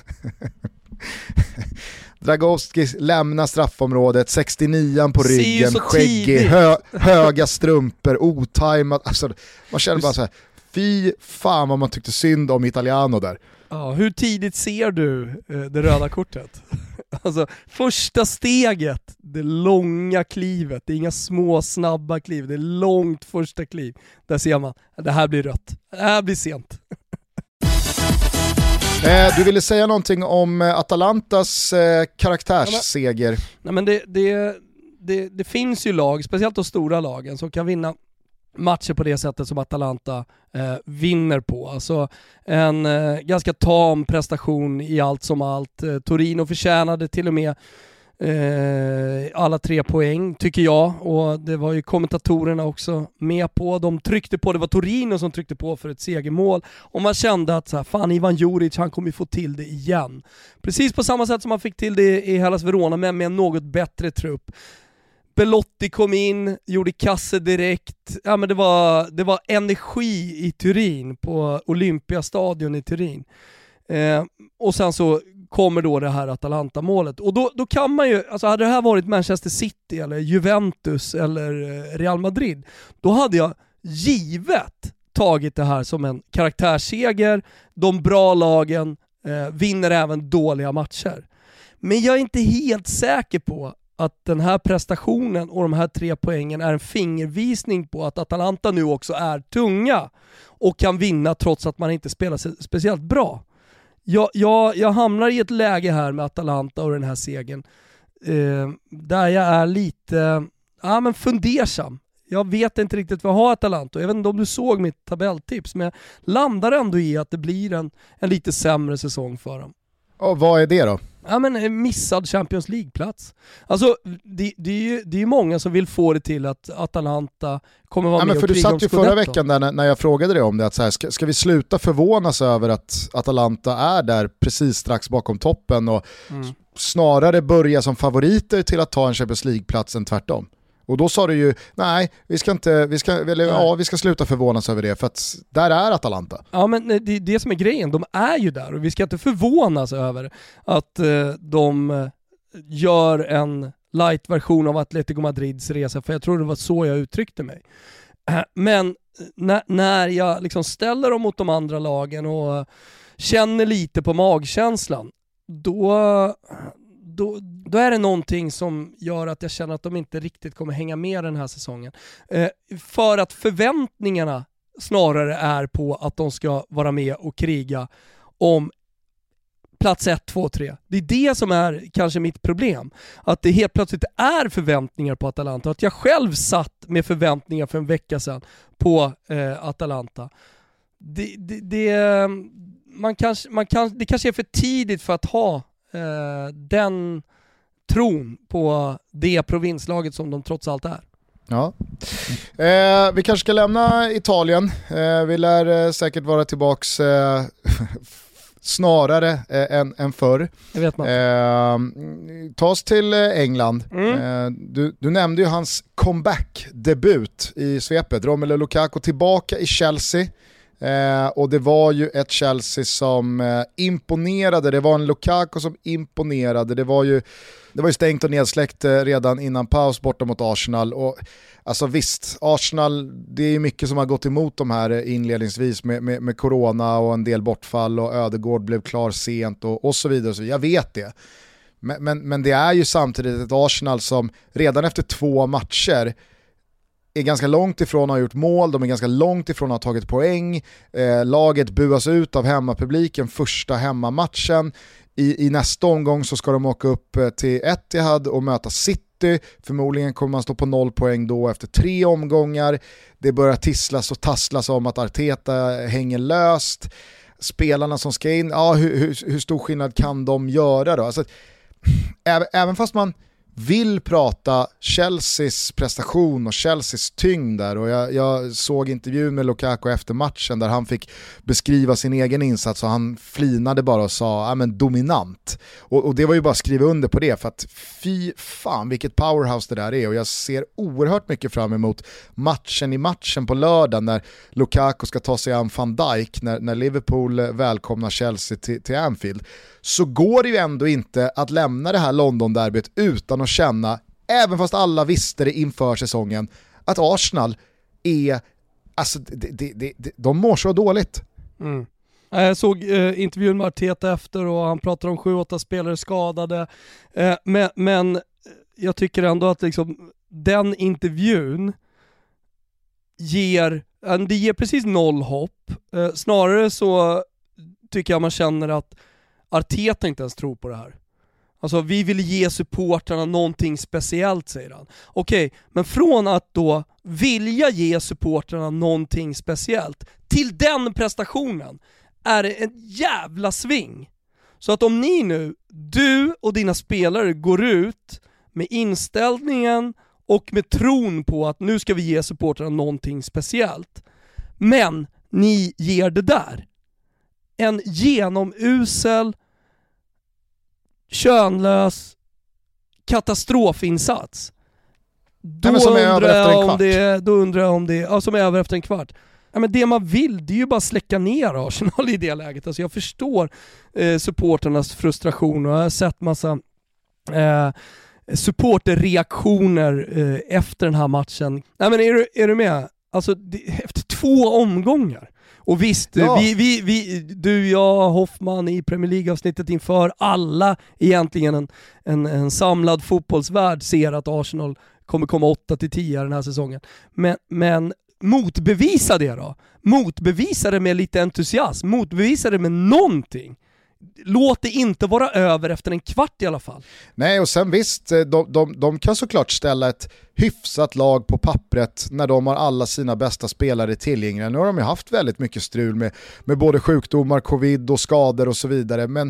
Dragowski lämnar straffområdet, sextionio på ryggen, skäggig, hö, höga strumpor, otajmat. Alltså, man känner bara så här, fy fan vad man tyckte synd om Italiano där. Ja, hur tidigt ser du eh, det röda kortet? Alltså första steget, det långa klivet, det är inga små snabba kliv, det är långt första kliv. Där ser man, det här blir rött, det här blir sent. Eh, du ville säga någonting om Atalantas eh, karaktärsseger. Nej, nej men det, det, det, det finns ju lag, speciellt de stora lagen, som kan vinna matcher på det sättet som Atalanta eh, vinner på. Alltså en eh, ganska tam prestation i allt som allt. Eh, Torino förtjänade till och med eh, alla tre poäng tycker jag, och det var ju kommentatorerna också med på. De tryckte på, det var Torino som tryckte på för ett segermål, och man kände att så här, fan, Ivan Juric, han kommer få till det igen. Precis på samma sätt som man fick till det i Hellas Verona, men med en något bättre trupp. Belotti kom in, gjorde kasse direkt. Ja, men det var, det var energi i Turin, på Olympiastadion i Turin. Eh, och sen så kommer då det här Atalanta-målet. Och då, då kan man ju, alltså hade det här varit Manchester City eller Juventus eller Real Madrid, då hade jag givet tagit det här som en karaktärsseger. De bra lagen eh, vinner även dåliga matcher. Men jag är inte helt säker på att den här prestationen och de här tre poängen är en fingervisning på att Atalanta nu också är tunga och kan vinna trots att man inte spelar speciellt bra. Jag, jag, jag hamnar i ett läge här med Atalanta och den här segern eh, där jag är lite ja, men fundersam. Jag vet inte riktigt vad jag har Atalanta. Jag vet inte om du såg mitt tabelltips, men jag landar ändå i att det blir en, en lite sämre säsong för dem. Och vad är det då? Ja, men en missad Champions League-plats. Alltså, det, det är ju det är många som vill få det till att Atalanta kommer vara ja, med men för och kriga om Scudetto. Du satt ju förra veckan där när jag frågade dig om det, att så här, ska, ska vi sluta förvånas över att Atalanta är där precis strax bakom toppen och mm. snarare börja som favoriter till att ta en Champions League-plats än tvärtom. Och då sa du ju, nej, vi ska inte, vi ska, eller, ja, vi ska sluta förvånas över det, för att där är Atalanta. Ja, men det är det som är grejen, de är ju där och vi ska inte förvånas över att eh, de gör en light-version av Atletico Madrids resa, för jag tror det var så jag uttryckte mig. Men när, när jag liksom ställer dem mot de andra lagen och känner lite på magkänslan, då... Då, då är det någonting som gör att jag känner att de inte riktigt kommer hänga med den här säsongen. Eh, för att förväntningarna snarare är på att de ska vara med och kriga om plats ett, två, tre. Det är det som är kanske mitt problem. Att det helt plötsligt är förväntningar på Atalanta. Att jag själv satt med förväntningar för en vecka sedan på eh, Atalanta. Det, det, det, man kanske, man kan, det kanske är för tidigt för att ha Uh, den tron på det provinslaget som de trots allt är. Ja. Eh, vi kanske ska lämna Italien. Eh, vi lär eh, säkert vara tillbaks eh, snarare eh, än, än förr. Jag vet man. Eh, ta oss till England. Mm. Eh, du, du nämnde ju hans comeback-debut i svepet. Romelu Lukaku tillbaka i Chelsea. Eh, och det var ju ett Chelsea som eh, imponerade. Det var en Lukaku som imponerade. Det var ju, det var ju stängt och nedsläckt eh, redan innan paus borta mot Arsenal. Och alltså visst, Arsenal, det är ju mycket som har gått emot de här inledningsvis med, med, med corona och en del bortfall och Ödegård blev klar sent och, och så vidare. Så jag vet det. Men, men, men det är ju samtidigt ett Arsenal som redan efter två matcher är ganska långt ifrån att ha gjort mål, de är ganska långt ifrån att ha tagit poäng. Eh, laget buas ut av hemmapubliken första hemmamatchen. I, I nästa omgång så ska de åka upp till Etihad och möta City. Förmodligen kommer man stå på noll poäng då efter tre omgångar. Det börjar tisslas och tasslas om att Arteta hänger löst. Spelarna som ska in, ja, hur, hur, hur stor skillnad kan de göra då? Alltså, även, även fast man vill prata Chelseas prestation och Chelseas tyngd där, och jag, jag såg intervjun med Lukaku efter matchen där han fick beskriva sin egen insats och han flinade bara och sa, ja men dominant. Och, och det var ju bara att skriva under på det, för att fy fan vilket powerhouse det där är, och jag ser oerhört mycket fram emot matchen i matchen på lördag när Lukaku ska ta sig an Van Dijk när, när Liverpool välkomnar Chelsea till, till Anfield. Så går det ju ändå inte att lämna det här London-derbyt utan att känna, även fast alla visste det inför säsongen, att Arsenal är, alltså det, det, det, det, de mår så dåligt. Mm. Jag såg eh, intervjun med Arteta efter och han pratar om sju åtta spelare skadade, eh, men, men jag tycker ändå att liksom, den intervjun ger, det ger precis noll hopp. Eh, snarare så tycker jag man känner att Arteta inte ens tror på det här. Alltså vi vill ge supportrarna någonting speciellt, säger han. Okej, men från att då vilja ge supportrarna någonting speciellt till den prestationen är det en jävla sving. Så att om ni nu, du och dina spelare går ut med inställningen och med tron på att nu ska vi ge supportrarna någonting speciellt, men ni ger det där en genomusel, könlös katastrofinsats. Då, Nej, som är över efter en kvart. Det, då undrar jag om det, ja, som är över efter en kvart. Ja, men det man vill, det är ju bara släcka ner Arsenal i det läget. Alltså jag förstår eh, supporternas frustration och jag har sett massa eh, supporterreaktioner eh, efter den här matchen. Nej, men är du, är du med? Alltså det, efter två omgångar. Och visst, ja. vi, vi, vi, du, jag, Hoffman i Premier League-avsnittet inför alla egentligen en, en, en samlad fotbollsvärld ser att Arsenal kommer komma åtta till tio den här säsongen. Men, men motbevisa det då. Motbevisa det med lite entusiasm. Motbevisa det med någonting. Låt det inte vara över efter en kvart i alla fall. Nej, och sen visst, de, de, de kan såklart ställa ett hyfsat lag på pappret när de har alla sina bästa spelare tillgängliga. Nu har de ju haft väldigt mycket strul med, med både sjukdomar, covid och skador och så vidare, men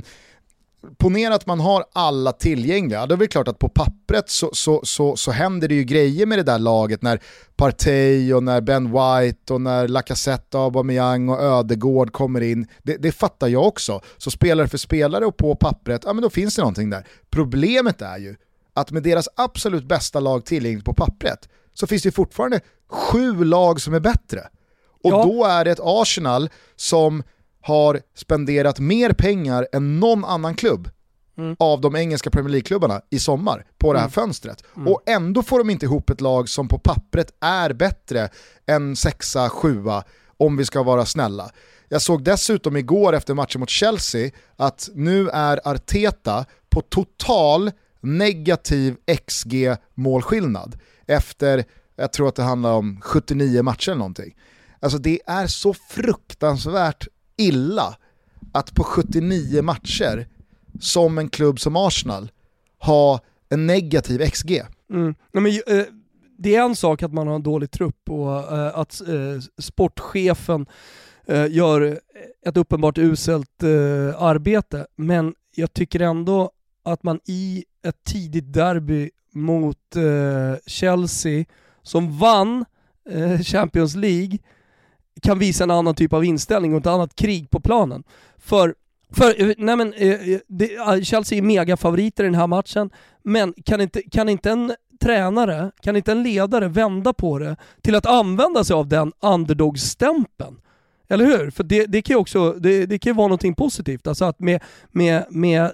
ponera att man har alla tillgängliga. Det är väl klart att på pappret så, så, så, så händer det ju grejer med det där laget när Partey och när Ben White och när Lacazette, Aubameyang och Ödegård kommer in. Det, det fattar jag också. Så spelare för spelare och på pappret, ja men då finns det någonting där. Problemet är ju att med deras absolut bästa lag tillgängligt på pappret så finns det fortfarande sju lag som är bättre. Och ja. Då är det ett Arsenal som har spenderat mer pengar än någon annan klubb mm. av de engelska Premier League-klubbarna i sommar på det här mm. fönstret. Mm. Och ändå får de inte ihop ett lag som på pappret är bättre än sexa, sjua, om vi ska vara snälla. Jag såg dessutom igår efter matchen mot Chelsea att nu är Arteta på total negativ X G-målskillnad efter, jag tror att det handlar om sjuttionio matcher eller någonting. Alltså det är så fruktansvärt illa att på sjuttionio matcher som en klubb som Arsenal ha en negativ X G. Mm. Nej, men, eh, det är en sak att man har en dålig trupp och eh, att eh, sportchefen eh, gör ett uppenbart uselt eh, arbete, men jag tycker ändå att man i ett tidigt derby mot eh, Chelsea som vann eh, Champions League kan visa en annan typ av inställning och ett annat krig på planen. För, för nej men, eh, det, Chelsea är megafavoriter i den här matchen, men kan inte, kan inte en tränare, kan inte en ledare vända på det till att använda sig av den underdog-stämpeln? Eller hur? För det, det kan ju också, det, det kan ju vara någonting positivt. Alltså att med, med, med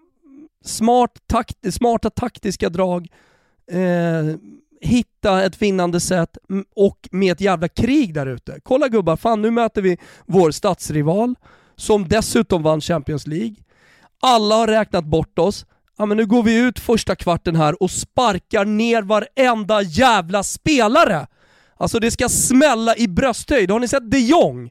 smart takt, smarta taktiska drag eh, hitta ett vinnande sätt och med ett jävla krig där ute. Kolla gubbar, fan nu möter vi vår stadsrival som dessutom vann Champions League. Alla har räknat bort oss. ja men nu går vi ut första kvarten här och sparkar ner varenda jävla spelare. Alltså det ska smälla i brösthöjd. Har ni sett De Jong?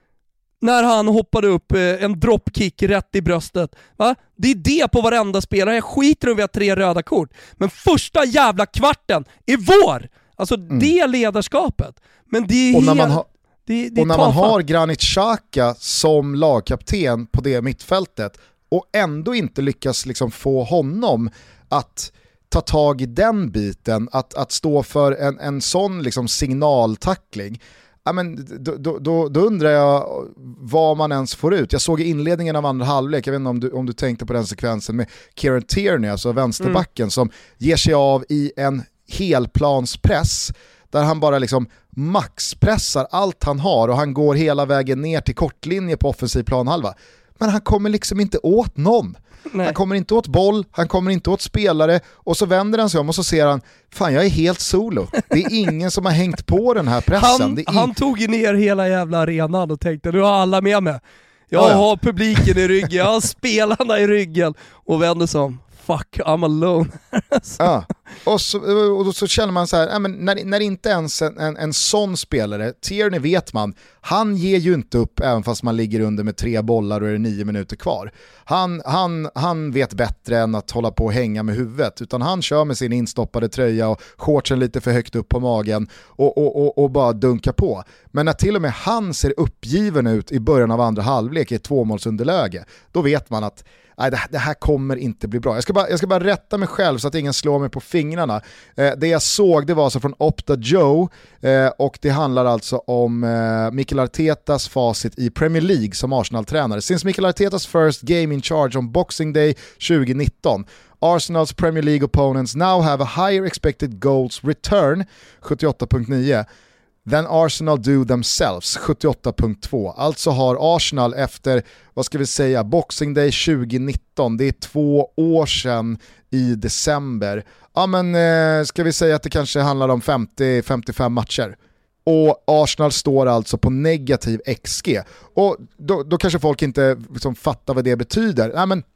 När han hoppade upp eh, en dropkick rätt i bröstet. Va? Det är det på varenda spelare. Jag skiter om vi har tre röda kort. Men första jävla kvarten är vår. Alltså mm. det ledarskapet. Men det är och när helt... man, ha, det, det och när man har Granit Xhaka som lagkapten på det mittfältet och ändå inte lyckas liksom få honom att ta tag i den biten, att, att stå för en, en sån liksom signaltackling. Ja, men då, då, då, då undrar jag vad man ens får ut. Jag såg i inledningen av andra halvlek, jag vet inte om du, om du tänkte på den sekvensen med Kieran Tierney, alltså vänsterbacken mm. som ger sig av i en helplanspress där han bara liksom maxpressar allt han har och han går hela vägen ner till kortlinje på offensiv planhalva. Men han kommer liksom inte åt någon. Nej. Han kommer inte åt boll, han kommer inte åt spelare och så vänder han sig om och så ser han, fan jag är helt solo. Det är ingen som har hängt på den här pressen. Han, det är... han tog ner hela jävla arenan och tänkte, nu har alla med mig. Jag ja, ja. har publiken i ryggen, jag har spelarna i ryggen och vänder sig om. Fuck, I'm alone. ja. Och, så, och då så känner man så här, äh, men när, när inte ens en, en, en sån spelare, Tierney vet man, han ger ju inte upp även fast man ligger under med tre bollar och är det nio minuter kvar. Han, han, han vet bättre än att hålla på och hänga med huvudet, utan han kör med sin instoppade tröja och shortsen lite för högt upp på magen och, och, och, och bara dunkar på. Men när till och med han ser uppgiven ut i början av andra halvlek i ett tvåmålsunderläge, då vet man att nej, det här kommer inte bli bra. Jag ska bara, jag ska bara rätta mig själv så att ingen slår mig på fingrarna. Eh, det jag såg det var alltså från Opta Joe eh, och det handlar alltså om eh, Mikel Artetas facit i Premier League som Arsenal-tränare. Since Mikel Artetas first game in charge on Boxing Day tjugo nitton, Arsenal's Premier League opponents now have a higher expected goals return, sjuttioåtta komma nio, than Arsenal do themselves, sjuttioåtta komma två. Alltså har Arsenal efter, vad ska vi säga, Boxing Day tjugo nitton, det är två år sedan i december. Ja men eh, ska vi säga att det kanske handlar om femtio till femtiofem matcher. Och Arsenal står alltså på negativ X G. Och då, då kanske folk inte liksom fattar vad det betyder. Nej men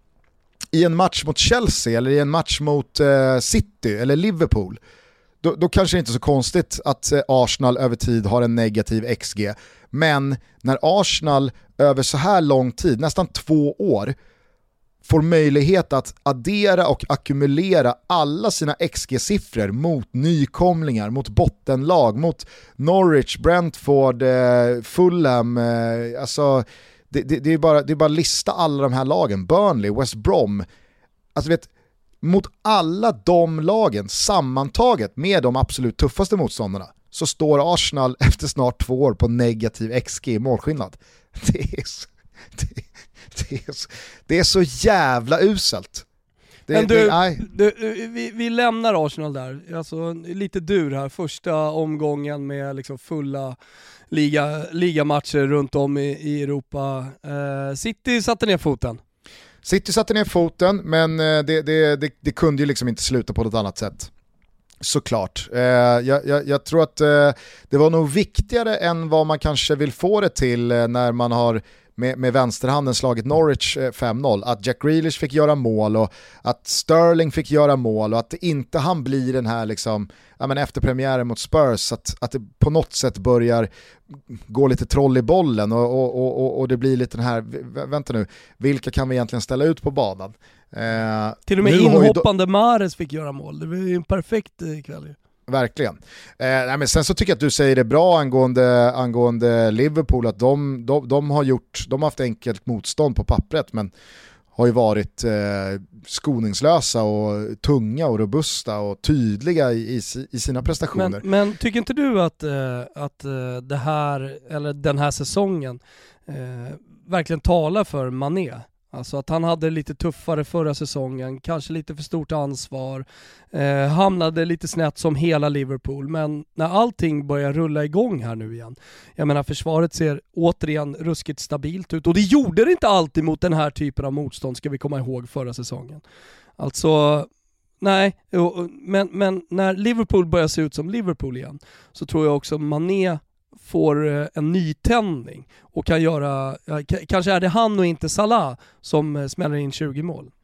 i en match mot Chelsea eller i en match mot eh, City eller Liverpool, Då, då kanske det inte är så konstigt att Arsenal över tid har en negativ X G. Men när Arsenal över så här lång tid, nästan två år, får möjlighet att addera och ackumulera alla sina X G-siffror mot nykomlingar, mot bottenlag, mot Norwich, Brentford, eh, Fulham, eh, alltså det, det, det är bara, det är bara lista alla de här lagen, Burnley, West Brom, alltså vet, mot alla de lagen sammantaget med de absolut tuffaste motståndarna så står Arsenal efter snart två år på negativ X G i målskillnad. Det är så, det, det är så, det är så jävla uselt. Det, Men du, det, du vi, vi lämnar Arsenal där. Alltså, lite dur här. Första omgången med liksom fulla liga, ligamatcher runt om i, i Europa. Uh, City satte ner foten. City satte ner foten, men det, det, det, det kunde ju liksom inte sluta på något annat sätt. Såklart. Eh, jag, jag, jag tror att eh, det var nog viktigare än vad man kanske vill få det till eh, när man har med, med vänsterhanden slagit Norwich eh, fem noll. Att Jack Grealish fick göra mål och att Sterling fick göra mål och att det inte han blir den här liksom, ja, men efter premiären mot Spurs, att, att det på något sätt börjar gå lite troll i bollen och, och, och, och det blir lite den här, vänta nu, vilka kan vi egentligen ställa ut på banan? Eh, Till och med inhoppande do- Mahrez fick göra mål. Det var ju en perfekt eh, kväll. Verkligen. Eh, nej, men sen så tycker jag att du säger det bra angående, angående Liverpool, att de, de, de har gjort, de har haft enkelt motstånd på pappret, men har ju varit eh, skoningslösa och tunga och robusta och tydliga i, i, i sina prestationer. Men, men tycker inte du att, eh, att eh, det här, eller den här säsongen eh, verkligen talar för Mané? Alltså att han hade lite tuffare förra säsongen, kanske lite för stort ansvar, eh, hamnade lite snett som hela Liverpool, men när allting börjar rulla igång här nu igen, jag menar försvaret ser återigen ruskigt stabilt ut och det gjorde det inte alltid mot den här typen av motstånd, ska vi komma ihåg förra säsongen. Alltså, nej, men, men när Liverpool börjar se ut som Liverpool igen så tror jag också Mané får en nytändning och kan göra, kanske är det han och inte Salah som smäller in tjugo mål.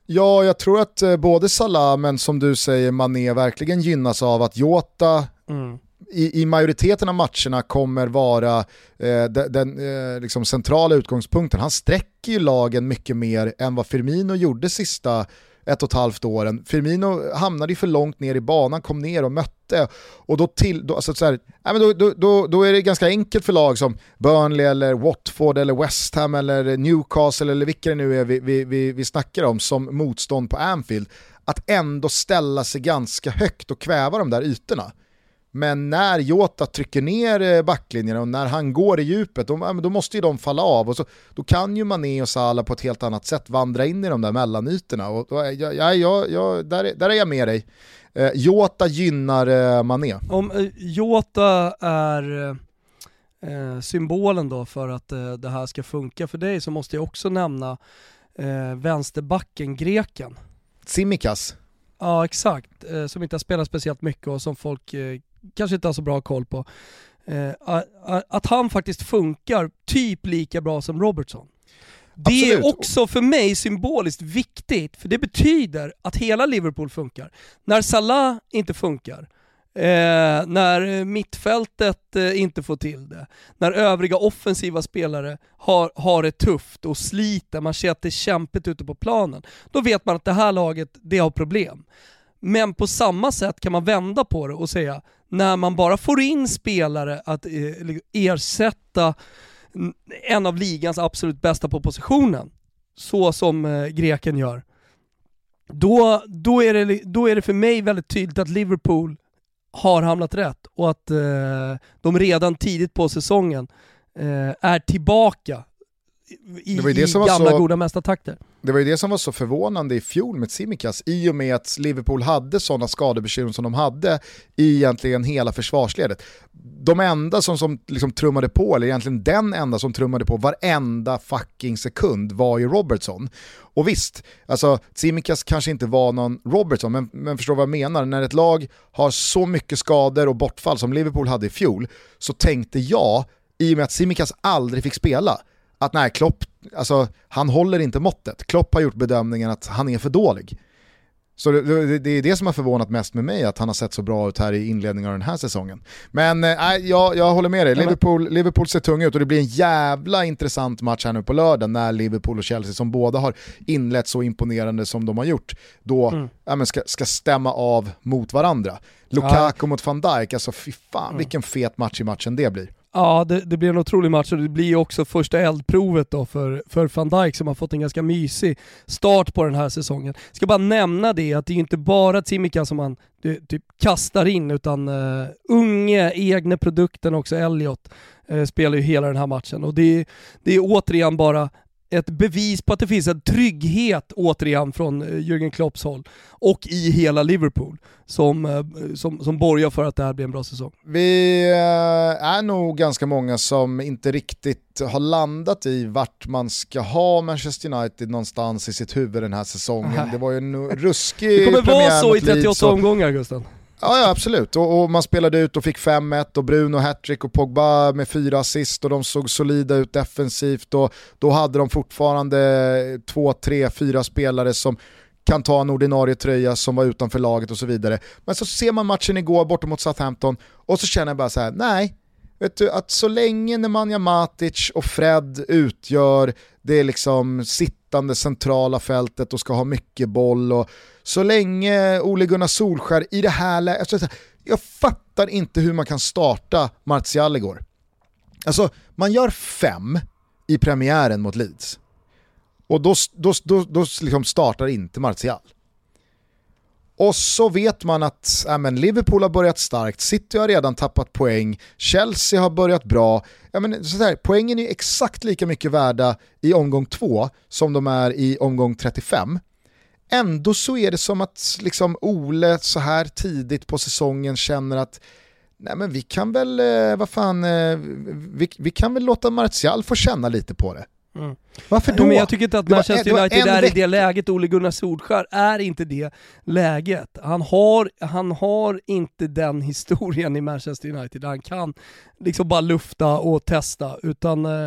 Ja, jag tror att eh, både Salah men som du säger Mané verkligen gynnas av att Jota mm. i, i majoriteten av matcherna kommer vara eh, den, den eh, liksom centrala utgångspunkten. Han sträcker ju lagen mycket mer än vad Firmino gjorde sista ett och ett halvt åren. Firmino hamnade ju för långt ner i banan, kom ner och mötte. Och då, till, då, alltså så här, ja, men då, då, då, då är det ganska enkelt för lag som Burnley eller Watford eller West Ham eller Newcastle eller vilka det nu är vi, vi, vi, vi snackar om som motstånd på Anfield att ändå ställa sig ganska högt och kväva de där ytorna. Men när Jota trycker ner backlinjen och när han går i djupet, då, då måste ju de falla av. Och så, då kan ju Mané och Salah på ett helt annat sätt vandra in i de där mellanytorna. Och, och, ja, ja, ja, ja, där, är, där är jag med dig. Eh, Jota gynnar eh, Mané. Om eh, Jota är eh, symbolen då för att eh, det här ska funka för dig, så måste jag också nämna eh, vänsterbacken, greken. Tsimikas. Ja, exakt. Eh, som inte har spelat speciellt mycket och som folk eh, kanske inte har så bra koll på. Eh, att han faktiskt funkar typ lika bra som Robertson. Det Absolut. Är också för mig symboliskt viktigt, för det betyder att hela Liverpool funkar. När Salah inte funkar, eh, när mittfältet eh, inte får till det, när övriga offensiva spelare har, har det tufft och sliter, man ser att det är kämpigt ute på planen, då vet man att det här laget, det har problem. Men på samma sätt kan man vända på det och säga, när man bara får in spelare att eh, ersätta en av ligans absolut bästa på positionen, så som eh, greken gör, då, då, är det, då är det för mig väldigt tydligt att Liverpool har hamnat rätt och att eh, de redan tidigt på säsongen eh, är tillbaka i, det var ju det som i gamla var så, goda mästartakter. Det var ju det som var så förvånande i fjol med Tsimikas, i och med att Liverpool hade sådana skadebekymmer som de hade i egentligen hela försvarsledet. De enda som, som liksom trummade på, eller egentligen den enda som trummade på varenda fucking sekund, var ju Robertson. Och visst, alltså Tsimikas kanske inte var någon Robertson, men, men förstår vad jag menar. När ett lag har så mycket skador och bortfall som Liverpool hade i fjol, så tänkte jag, i och med att Tsimikas aldrig fick spela, att nej, Klopp, alltså, han håller inte måttet. Klopp har gjort bedömningen att han är för dålig. Så det, det, det är det som har förvånat mest med mig, att han har sett så bra ut här i inledningen av den här säsongen. Men nej, äh, jag, jag håller med dig. Liverpool, Liverpool ser tung ut och det blir en jävla intressant match här nu på lördag när Liverpool och Chelsea, som båda har inlett så imponerande som de har gjort, då mm. ja, men ska, ska stämma av mot varandra. Lukaku ja. mot Van Dijk, alltså fy fan mm. vilken fet match i matchen det blir. Ja, det, det blir en otrolig match och det blir också första eldprovet då för, för Van Dijk, som har fått en ganska mysig start på den här säsongen. Jag ska bara nämna det, att det är inte bara Tsimikas som man det, typ kastar in, utan uh, unge egna produkten också, Elliot, uh, spelar ju hela den här matchen. Och det, det är återigen bara ett bevis på att det finns en trygghet återigen från Jürgen Klopps håll och i hela Liverpool som, som, som borgar för att det här blir en bra säsong. Vi är nog ganska många som inte riktigt har landat i vart man ska ha Manchester United någonstans i sitt huvud den här säsongen. Nej. Det var ju en ruskig premiär. Det kommer vara så i trettioåtta Leeds, omgångar, Gusten. Ja, ja absolut. Och, och man spelade ut och fick fem ett och Bruno hattrick och Pogba med fyra assist och de såg solida ut defensivt, och då hade de fortfarande två, tre, fyra spelare som kan ta en ordinarie tröja som var utanför laget och så vidare. Men så ser man matchen igår borta mot Southampton och så känner jag bara så här: nej, vet du, att så länge Nemanja Matic och Fred utgör det liksom sittande centrala fältet och ska ha mycket boll, och så länge Ole Gunnar Solskjær i det här läget, alltså, jag fattar inte hur man kan starta Martial igår. Alltså, man gör fem i premiären mot Leeds och då, då, då, då liksom startar inte Martial. Och så vet man att äh, men Liverpool har börjat starkt, City har redan tappat poäng, Chelsea har börjat bra. Ja, men, så där, poängen är exakt lika mycket värda i omgång två som de är i omgång trettiofem. Ändå så är det som att liksom Ole så här tidigt på säsongen känner att nej, men vi kan väl eh, vad fan eh, vi, vi kan väl låta Martial få känna lite på det. Mm. Varför då? Men jag tycker inte att Manchester United är i det läget. Ole Gunnar Solskjær är inte det läget. Han har, han har inte den historien i Manchester United där han kan liksom bara lufta och testa, utan eh,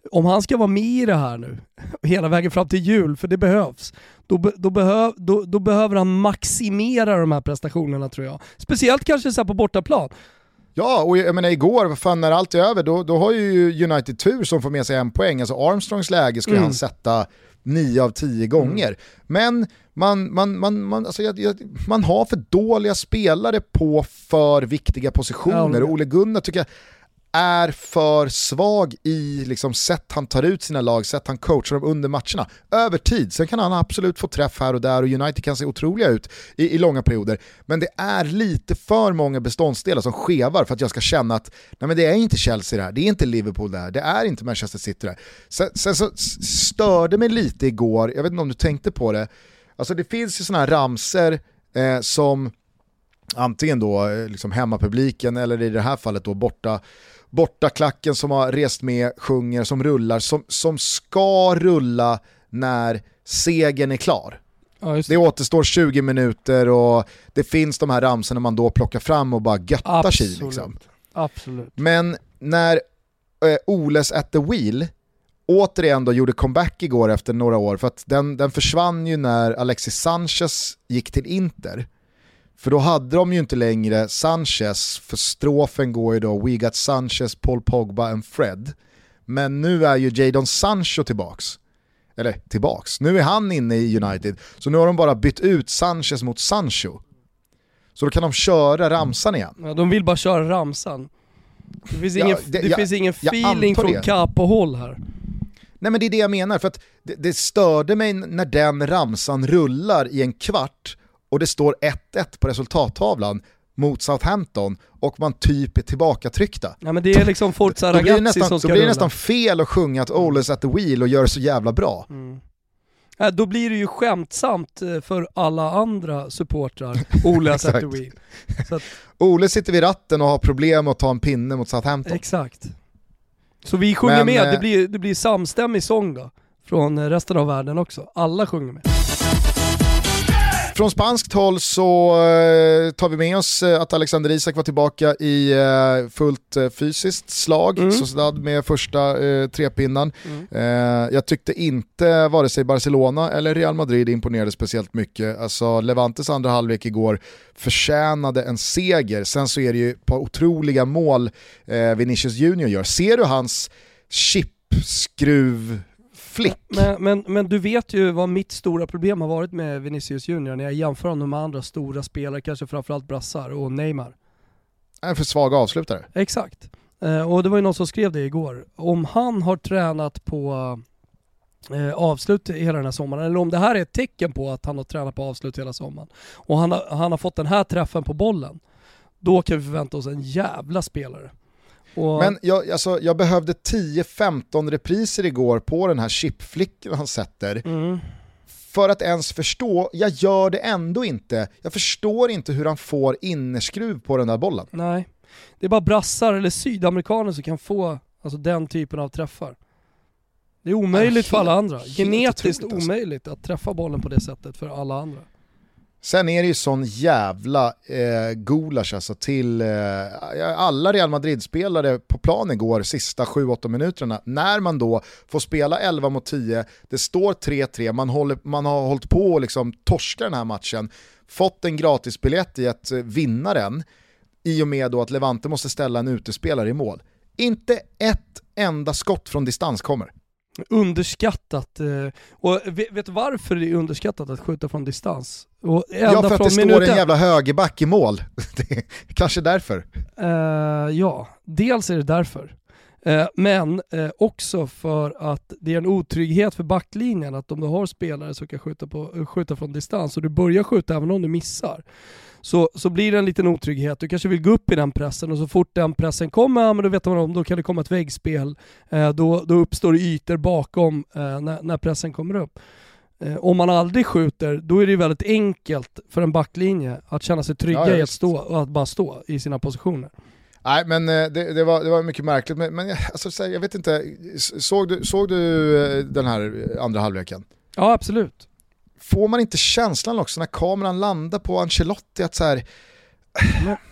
om han ska vara med i det här nu hela vägen fram till jul, för det behövs, då, då, behöv, då, då behöver han maximera de här prestationerna, tror jag. Speciellt kanske så här på bortaplan. Ja, och jag menar igår, vad fan, när allt är över, då, då har ju United tur som får med sig en poäng. Alltså Armstrongs läge skulle mm. han sätta nio av tio gånger. Mm. Men man, man, man, man, alltså jag, jag, man har för dåliga spelare på för viktiga positioner. Ja, Ole Gunnar tycker jag är för svag i liksom sätt han tar ut sina lag, sätt han coachar dem under matcherna. Över tid, sen kan han absolut få träff här och där och United kan se otroliga ut i, i långa perioder. Men det är lite för många beståndsdelar som skevar för att jag ska känna att nej, men det är inte Chelsea det här, det är inte Liverpool det här, det är inte Manchester City det här. Sen, sen så störde mig lite igår, jag vet inte om du tänkte på det, alltså det finns ju såna här ramser eh, som antingen då liksom hemmapubliken eller i det här fallet då borta borta klacken som har rest med, sjunger, som rullar, som, som ska rulla när segern är klar. Ja, det. det återstår tjugo minuter och det finns de här ramserna man då plockar fram och bara göttar sig liksom. Absolut. Men när eh, Oles at the wheel återigen då gjorde comeback igår efter några år, för att den, den försvann ju när Alexis Sanchez gick till Inter. För då hade de ju inte längre Sanchez, för strofen går ju då We got Sanchez, Paul Pogba and Fred. Men nu är ju Jadon Sancho tillbaks. Eller tillbaks, nu är han inne i United. Så nu har de bara bytt ut Sanchez mot Sancho. Så då kan de köra ramsan igen. Ja, de vill bara köra ramsan. Det finns ingen, ja, det, det jag, finns ingen feeling från Capo-håll här. Nej, men det är det jag menar, för att det, det störde mig när den ramsan rullar i en kvart och det står ett ett på resultattavlan mot Southampton och man typ är tillbaka-tryckta. Ja, men det är liksom Forza Ragazzi då nästan, som ska Då blir det rulla. nästan fel att sjunga att Ole's at the wheel och göra så jävla bra. Mm. Ja, då blir det ju skämtsamt för alla andra supportrar. Ole's at the wheel. Så att... Ole sitter vid ratten och har problem att ta en pinne mot Southampton. Exakt. Så vi sjunger men, med, det blir, det blir samstämmig sång då. Från resten av världen också. Alla sjunger med. Från spanskt håll så tar vi med oss att Alexander Isak var tillbaka i fullt fysiskt slag, mm. Sociedad med första eh, trepinnan. Mm. Eh, jag tyckte inte vare sig Barcelona eller Real Madrid imponerade speciellt mycket. Alltså Levantes andra halvlek igår förtjänade en seger. Sen så är det ju ett par otroliga mål eh, Vinicius Junior gör. Ser du hans chipskruv flick? Men, men, men du vet ju vad mitt stora problem har varit med Vinicius Junior när jag jämför honom med andra stora spelare, kanske framförallt Brassar och Neymar. En för svaga avslutare. Exakt. Eh, och det var ju någon som skrev det igår. Om han har tränat på eh, avslut hela den här sommaren, eller om det här är ett tecken på att han har tränat på avslut hela sommaren och han har, han har fått den här träffen på bollen, då kan vi förvänta oss en jävla spelare. Och... Men jag, alltså, jag behövde tio femton repriser igår på den här chipflicken han sätter mm. för att ens förstå. Jag gör det ändå inte. Jag förstår inte hur han får innerskruv på den där bollen. Nej, det är bara brassar eller sydamerikaner som kan få alltså, den typen av träffar. Det är omöjligt helt, för alla andra. Genetiskt omöjligt att träffa bollen på det sättet för alla andra. Sen är det ju sån jävla eh, gulasch alltså till eh, alla Real Madrid-spelare på planen går sista sju åtta minuterna. När man då får spela elva mot tio, det står tre tre, man, håller, man har hållit på och liksom torska den här matchen, fått en gratisbiljett i att vinna den i och med då att Levante måste ställa en utespelare i mål. Inte ett enda skott från distans kommer. Underskattat. Och vet du varför det är underskattat att skjuta från distans? Och ja, för att det står en jävla högerback i mål. Det är kanske därför. Uh, ja, dels är det därför. Uh, men uh, också för att det är en otrygghet för backlinjen att om du har spelare som kan skjuta, på, skjuta från distans och du börjar skjuta även om du missar, så, så blir det en liten otrygghet. Du kanske vill gå upp i den pressen och så fort den pressen kommer, ja, men då vet man om, då kan det komma ett väggspel. Eh, då, då uppstår det ytor bakom eh, när, när pressen kommer upp. Eh, om man aldrig skjuter, då är det väldigt enkelt för en backlinje att känna sig trygga ja, i att stå och att bara stå i sina positioner. Nej, men det, det, var, det var mycket märkligt. Men, men alltså, jag vet inte, såg du, såg du den här andra halvleken? Ja, absolut. Får man inte känslan också när kameran landar på Ancelotti att så här,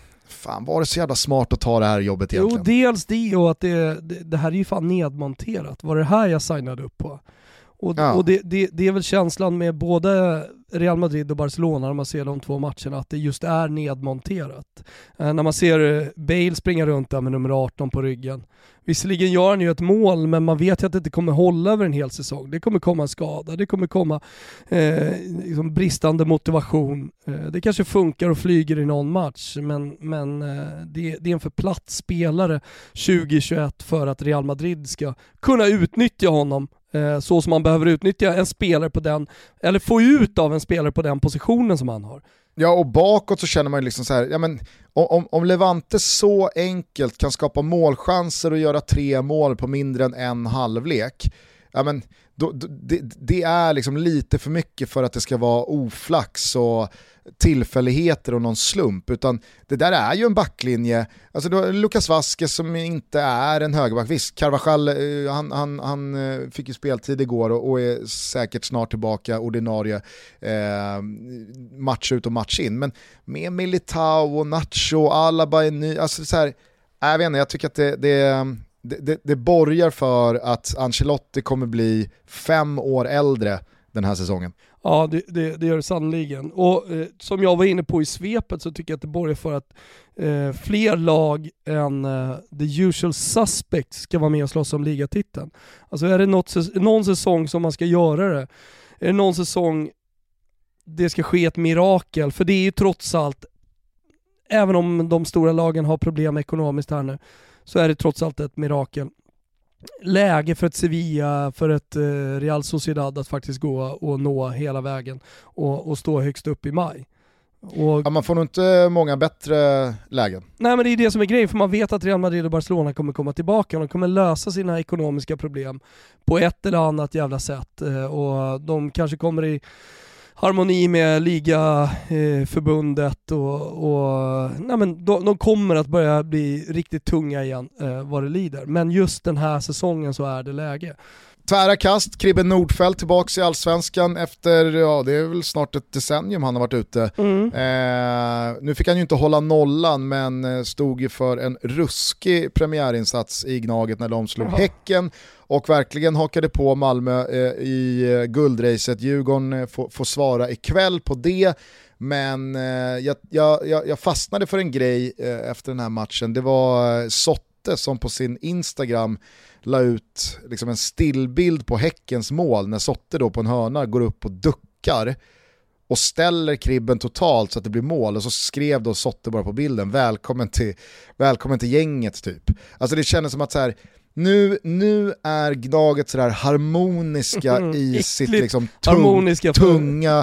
fan, var det så jävla smart att ta det här jobbet egentligen? Jo, dels det och att det, det, det här är ju fan nedmonterat. Var det här jag signade upp på? Och, ja. och det, det, det är väl känslan med både Real Madrid och Barcelona när man ser de två matcherna, att det just är nedmonterat. Eh, när man ser Bale springa runt där med nummer arton på ryggen. Visserligen gör han ju ett mål, men man vet ju att det inte kommer hålla över en hel säsong. Det kommer komma en skada, det kommer komma eh, liksom bristande motivation. Eh, det kanske funkar och flyger i någon match, men, men eh, det, det är en för platt spelare tjugo tjugoett för att Real Madrid ska kunna utnyttja honom eh, så som man behöver utnyttja en spelare på den, eller få ut av en spelare på den positionen som han har. Ja, och bakåt så känner man ju liksom så här, ja men om, om Levante så enkelt kan skapa målchanser och göra tre mål på mindre än en halvlek, ja men då, det, det är liksom lite för mycket för att det ska vara oflax och tillfälligheter och någon slump, utan det där är ju en backlinje. Alltså då Lucas Vázquez som inte är en högerback, visst Carvajal han, han, han fick ju speltid igår och, och är säkert snart tillbaka ordinarie eh, match ut och match in, men med Militao och Nacho och Alaba är ny, alltså så här, jag vet inte, jag tycker att det, det Det, det, det borgar för att Ancelotti kommer bli fem år äldre den här säsongen. Ja, det, det, det gör det sannoliken. Och eh, som jag var inne på i svepet så tycker jag att det borgar för att eh, fler lag än eh, the usual suspects ska vara med och slåss om ligatiteln. Alltså är det något, någon säsong som man ska göra det? Är det någon säsong det ska ske ett mirakel? För det är ju trots allt, även om de stora lagen har problem ekonomiskt här nu, så är det trots allt ett mirakel. Läge för ett Sevilla, för ett eh, Real Sociedad att faktiskt gå och nå hela vägen och, och stå högst upp i maj. Och, ja, man får nog inte många bättre lägen. Nej, men det är det som är grejen, för man vet att Real Madrid och Barcelona kommer komma tillbaka och de kommer lösa sina ekonomiska problem på ett eller annat jävla sätt. Eh, och de kanske kommer i harmoni med ligaförbundet och, och nej men de, de kommer att börja bli riktigt tunga igen eh, vad det lider. Men just den här säsongen så är det läge. Tvära kast, Kribben Nordfeldt tillbaka i Allsvenskan efter, ja det är väl snart ett decennium han har varit ute. Mm. Eh, nu fick han ju inte hålla nollan, men stod ju för en ruskig premiärinsats i Gnaget när de slog Jaha. Häcken och verkligen hakade på Malmö eh, i guldracet. Djurgården eh, får, får svara ikväll på det. Men eh, jag, jag, jag fastnade för en grej eh, efter den här matchen. Det var eh, Sotte som på sin Instagram la ut liksom en stillbild på Häckens mål när Sotte då på en hörna går upp och duckar och ställer Kribben totalt så att det blir mål, och så skrev då Sotte bara på bilden välkommen till, välkommen till gänget typ. Alltså det kändes som att så här, nu, nu är Gnaget sådär harmoniska mm, i sitt liksom tung, tunga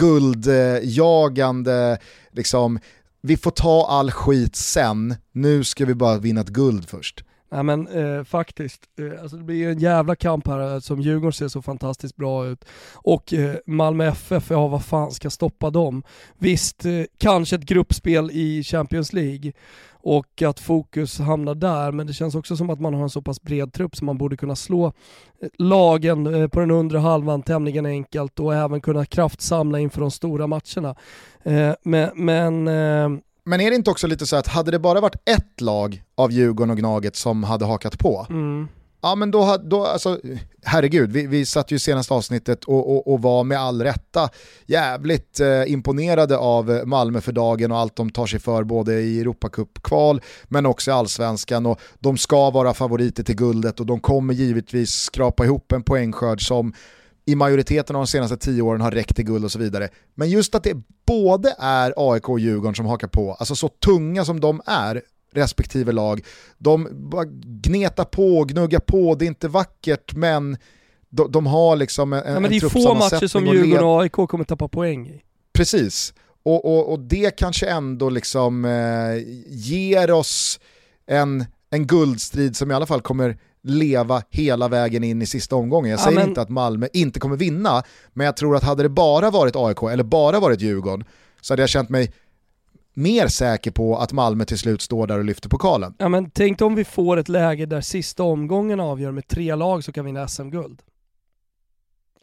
guldjagande liksom, vi får ta all skit sen, nu ska vi bara vinna ett guld först. Nej men eh, faktiskt, eh, alltså det blir ju en jävla kamp här som Djurgården ser så fantastiskt bra ut. Och eh, Malmö F F, ja vad fan ska stoppa dem? Visst, eh, kanske ett gruppspel i Champions League och att fokus hamnar där, men det känns också som att man har en så pass bred trupp som man borde kunna slå lagen eh, på den undre halvan tämligen enkelt och även kunna kraftsamla inför de stora matcherna. Eh, men... men eh, Men är det inte också lite så att hade det bara varit ett lag av Djurgården och Gnaget som hade hakat på, mm. ja men då, då alltså, herregud, vi, vi satt ju i senaste avsnittet och, och, och var med all rätta jävligt eh, imponerade av Malmö för dagen och allt de tar sig för både i Europacup-kval men också i Allsvenskan, och de ska vara favoriter till guldet och de kommer givetvis skrapa ihop en poängskörd som i majoriteten av de senaste tio åren har räckt till guld och så vidare. Men just att det både är A I K och Djurgården som hakar på, alltså så tunga som de är, respektive lag, de gnetar på, gnuggar på, det är inte vackert, men de, de har liksom en, ja, men det är få matcher som Djurgården och A I K kommer tappa poäng i. Precis, och, och, och det kanske ändå liksom eh, ger oss en, en guldstrid som i alla fall kommer leva hela vägen in i sista omgången. Jag säger ja, men... inte att Malmö inte kommer vinna, men jag tror att hade det bara varit A I K eller bara varit Djurgården så hade jag känt mig mer säker på att Malmö till slut står där och lyfter pokalen. Ja, men tänk om vi får ett läge där sista omgången avgör med tre lag som kan vinna S M-guld.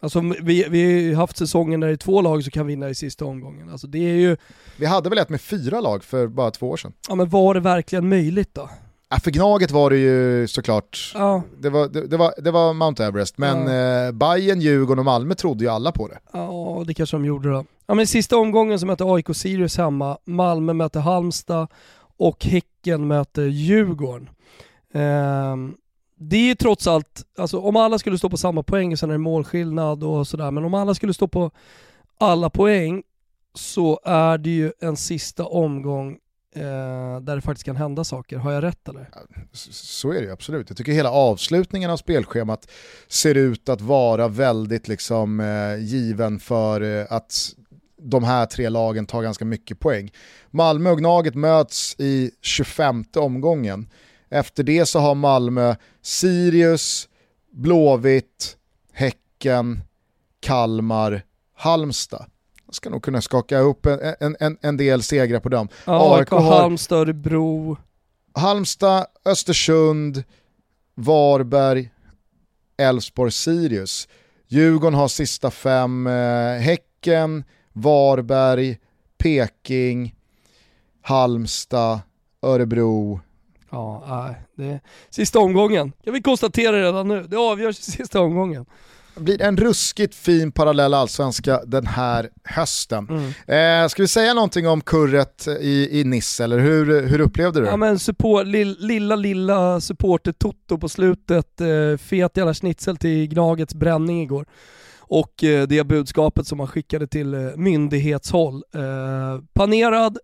Alltså vi, vi har haft säsongen där det är två lag som kan vinna i sista omgången. Alltså det är ju... Vi hade väl ett med fyra lag för bara två år sedan. Ja, men var det verkligen möjligt då? Ja, för Gnaget var det ju såklart, ja. det, var, det, det, var, det var Mount Everest, men ja. eh, Bayern, Djurgården och Malmö trodde ju alla på det. Ja, det kanske de gjorde då. Ja, men i sista omgången så möter A I K Sirius hemma, Malmö möter Halmstad och Häcken möter Djurgården. Ehm, det är ju trots allt, alltså om alla skulle stå på samma poäng, sen är det målskillnad och sådär, men om alla skulle stå på alla poäng så är det ju en sista omgång Eh, där det faktiskt kan hända saker. Har jag rätt eller? Så är det ju absolut. Jag tycker hela avslutningen av spelschemat ser ut att vara väldigt liksom eh, given för eh, att de här tre lagen tar ganska mycket poäng. Malmö och Gnaget möts i tjugofemte omgången. Efter det så har Malmö Sirius, Blåvitt, Häcken, Kalmar, Halmstad. Ska nog kunna skaka upp en, en, en, en del segrar på dem. Ja, A I K, Halmstad, Örebro. Halmstad, Östersund, Varberg, Elfsborg, Sirius. Djurgården har sista fem. Eh, Häcken, Varberg, Peking, Halmstad, Örebro. Ja, nej, det är sista omgången. Jag vill konstatera redan nu. Det avgörs i sista omgången. Det blir en ruskigt fin parallell allsvenska den här hösten. Mm. Eh, ska vi säga någonting om kurret i, i Nice, eller hur, hur upplevde du det? Ja, men support, lill, lilla, lilla supporter Toto på slutet, eh, fet jävla schnitzel till Gnagets bränning igår. Och eh, det budskapet som man skickade till eh, myndighetshåll. Eh, panerad,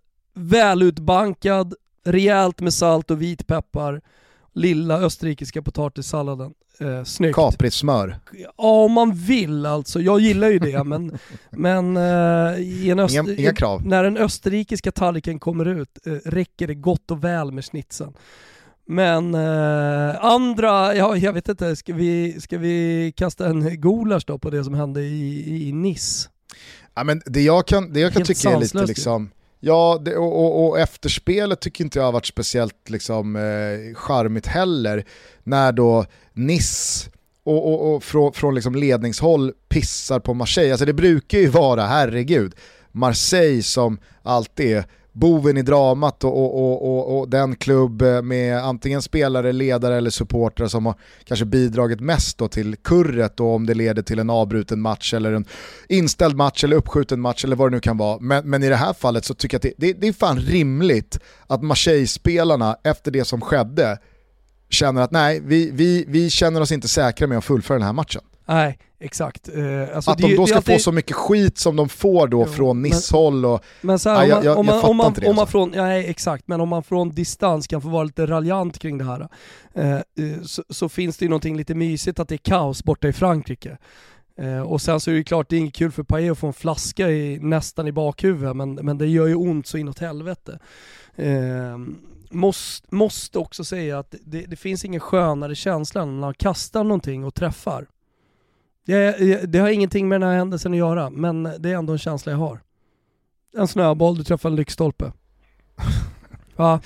välutbankad, rejält med salt och vitpeppar, lilla österrikiska potatissalladen. Eh, snyggt. Kapritsmör. Ja, om man vill alltså. Jag gillar ju det, men, men eh, i en öster- inga, inga krav. när den österrikiska tallriken kommer ut eh, räcker det gott och väl med schnitzeln. Men eh, andra, ja, jag vet inte, ska vi, ska vi kasta en gulasch då på det som hände i, i Nice? Ja, men det jag kan, det jag kan tycka är lite liksom... Ja, det, och, och, och efterspelet tycker inte jag har varit speciellt liksom, eh, charmigt heller. När då Nice och, och, och från, från liksom ledningshåll pissar på Marseille. Alltså det brukar ju vara, herregud, Marseille som alltid är boven i dramat och, och, och, och, och den klubb med antingen spelare, ledare eller supportrar som har kanske bidragit mest då till kurret, och om det leder till en avbruten match eller en inställd match eller uppskjuten match eller vad det nu kan vara. Men, men i det här fallet så tycker jag att det, det, det är fan rimligt att Marseille-spelarna efter det som skedde känner att nej, vi, vi, vi känner oss inte säkra med att fullföra den här matchen. Nej, exakt. Uh, alltså att det, de då ska alltid... få så mycket skit som de får då jo, från Nice-håll och... Men så här, ja, om man, jag, jag om man, om man från, ja, exakt, men om man från distans kan få vara lite raljant kring det här uh, uh, så, så finns det ju någonting lite mysigt att det är kaos borta i Frankrike. Uh, och sen så är det klart, det är inget kul för Payet att få en flaska i, nästan i bakhuvudet, men, men det gör ju ont så inåt helvete. Uh, måste, måste också säga att det, det finns ingen skönare känsla när man kastar någonting och träffar. Det, det har ingenting med den här händelsen att göra, men det är ändå en känsla jag har. En snöboll, du träffar en lyktstolpe. Va?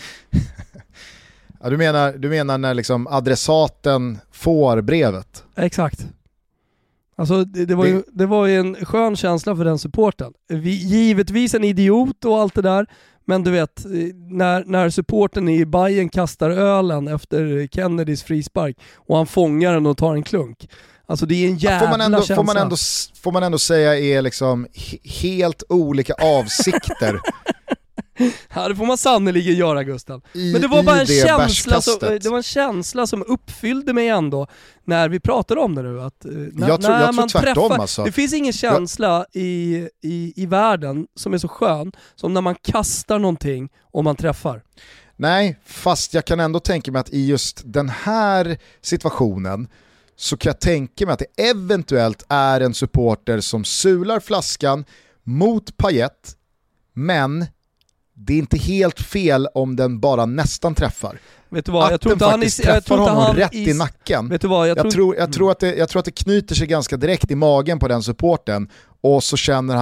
Ja, du menar, du menar när liksom adressaten får brevet? Exakt. Alltså det, det, var ju, det var ju en skön känsla för den supporten. Vi, givetvis en idiot och allt det där, men du vet, när, när supporten i Bayern kastar ölen efter Kennedys frispark och han fångar den och tar en klunk. Alltså det är en jävla får man ändå, känsla. Får man, ändå, får man ändå säga är liksom helt olika avsikter. Ja, det får man sannoliken göra, Gustav. I, Men det var bara en det känsla som, det var en känsla som uppfyllde mig ändå när vi pratade om det nu. Att, när, jag tror, när jag man tror tvärtom träffar, alltså. Det finns ingen känsla jag... i, i, i världen som är så skön som när man kastar någonting och man träffar. Nej, fast jag kan ändå tänka mig att i just den här situationen så kan jag tänka mig att det eventuellt är en supporter som sular flaskan mot Payet, men det är inte helt fel om den bara nästan träffar. Vet du vad? Att jag tror den inte han faktiskt is- jag träffar tror honom han rätt is- i nacken. Vet du vad? Jag, jag, tror... tror, jag, tror att det, jag tror att det knyter sig ganska direkt i magen på den supporten, och så känner han,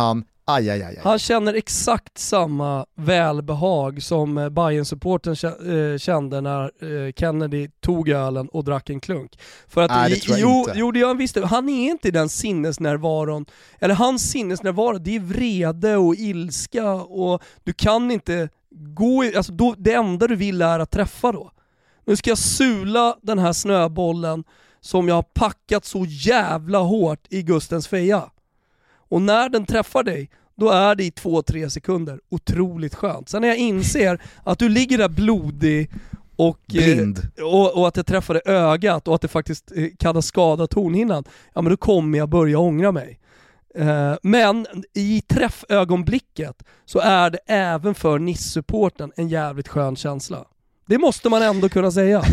Aj, aj, aj, aj. Han känner exakt samma välbehag som Bayern-supporten kände när Kennedy tog ölen och drack en klunk. För att Nej, det tror jag jo, inte. Jo, det gör han visst. Han är inte den sinnesnärvaron, eller hans sinnesnärvaro, det är vrede och ilska, och du kan inte gå i, alltså då, det enda du vill är att träffa då. Nu ska jag sula den här snöbollen som jag har packat så jävla hårt i Gustens feja. Och när den träffar dig, då är det i två, tre sekunder otroligt skönt. Sen när jag inser att du ligger där blodig och, blind. Eh, och, och att det träffade ögat och att det faktiskt eh, kan ha skadat hornhinnan, ja men då kommer jag börja ångra mig. Eh, men i träffögonblicket så är det även för Nice-supporten en jävligt skön känsla. Det måste man ändå kunna säga.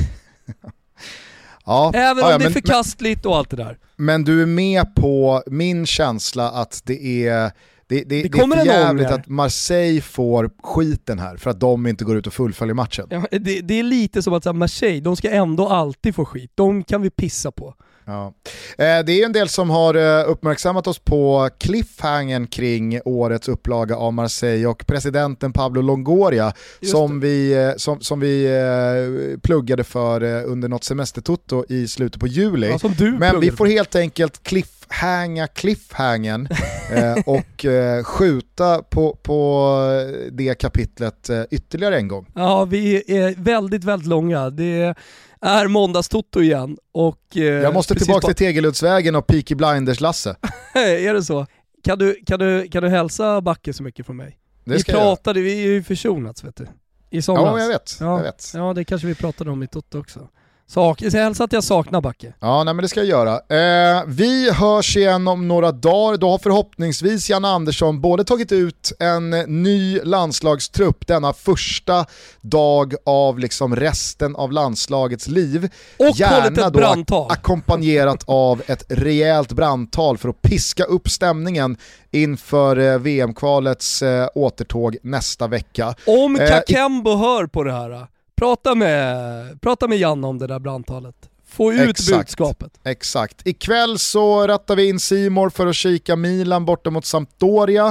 Ja, Även ja, om ja, det är men, förkastligt och allt det där. Men du är med på min känsla att det är det, det, det, det kommer är för en jävligt ånger. Att Marseille får skiten här för att de inte går ut och fullföljer matchen. Ja, det, det är lite som att så här, Marseille, de ska ändå alltid få skit. De kan vi pissa på. Ja. Eh, det är en del som har eh, uppmärksammat oss på cliffhangen kring årets upplaga av Marseille och presidenten Pablo Longoria som vi, eh, som, som vi eh, pluggade för eh, under något semestertutto i slutet på juli. Ja, som du Men vi får för. helt enkelt cliffhanga cliffhangen eh, och eh, skjuta på, på det kapitlet eh, ytterligare en gång. Ja, vi är väldigt, väldigt långa. Det är måndagstutto igen. Och, eh, Jag måste tillbaka på... till Tegeluddsvägen och Peaky Blinders-Lasse. Är det så? Kan du, kan, du, kan du hälsa Backe så mycket från mig? Det vi ska pratade, vi är ju försonats vet du. I somras. Ja, jag vet. Ja, jag vet. Ja, det kanske vi pratade om i Toto också. Sak, så jag hälsar att jag saknar Backe. Ja, nej, men det ska jag göra. Eh, vi hörs igen om några dagar. Då har förhoppningsvis Jan Andersson både tagit ut en ny landslagstrupp denna första dag av liksom resten av landslagets liv. Och hållit Gärna ett då brandtal. ackompanjerat av ett rejält brandtal för att piska upp stämningen inför eh, V M-kvalets eh, återtåg nästa vecka. Om Eh, Kakembo hör på det här, prata med, prata med Janne om det där brandtalet. Få ut Exakt. budskapet. Exakt. Ikväll så rattar vi in C More för att kika Milan borta mot Sampdoria.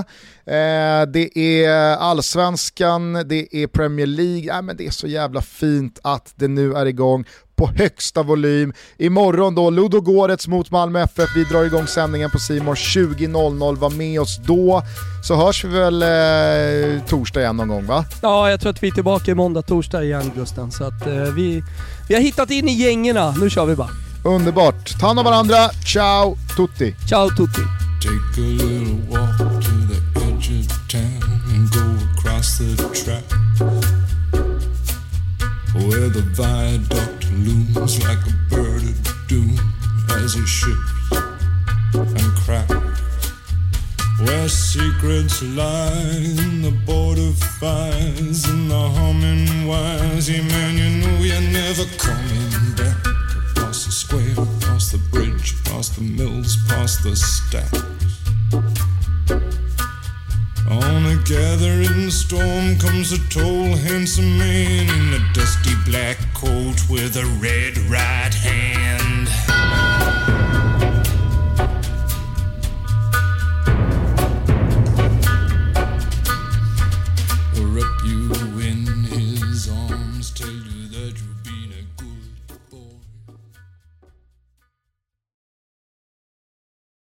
Eh, det är Allsvenskan, det är Premier League. Eh, men det är så jävla fint att det nu är igång på högsta volym. Imorgon då Ludogorets mot Malmö F F. Vi drar igång sändningen på C More tjugo noll noll. Var med oss då. Så hörs vi väl eh, torsdag igen någon gång, va? Ja, jag tror att vi är tillbaka i måndag, torsdag igen, Gusten. Så att eh, vi, vi har hittat in i gängerna. Nu kör vi bara. Underbart. Ta hand om varandra. Ciao tutti. Ciao tutti. Take a little walk to the edge of town and go across the track where the viaduct looms like a bird of doom as it shifts and cracks, where secrets lie in the border fires and the humming wires. Yeah, man, you know you're never coming back. Across the square, across the bridge, past the mills, past the stacks. On a gathering storm comes a tall, handsome man in a dusty black coat with a red right hand.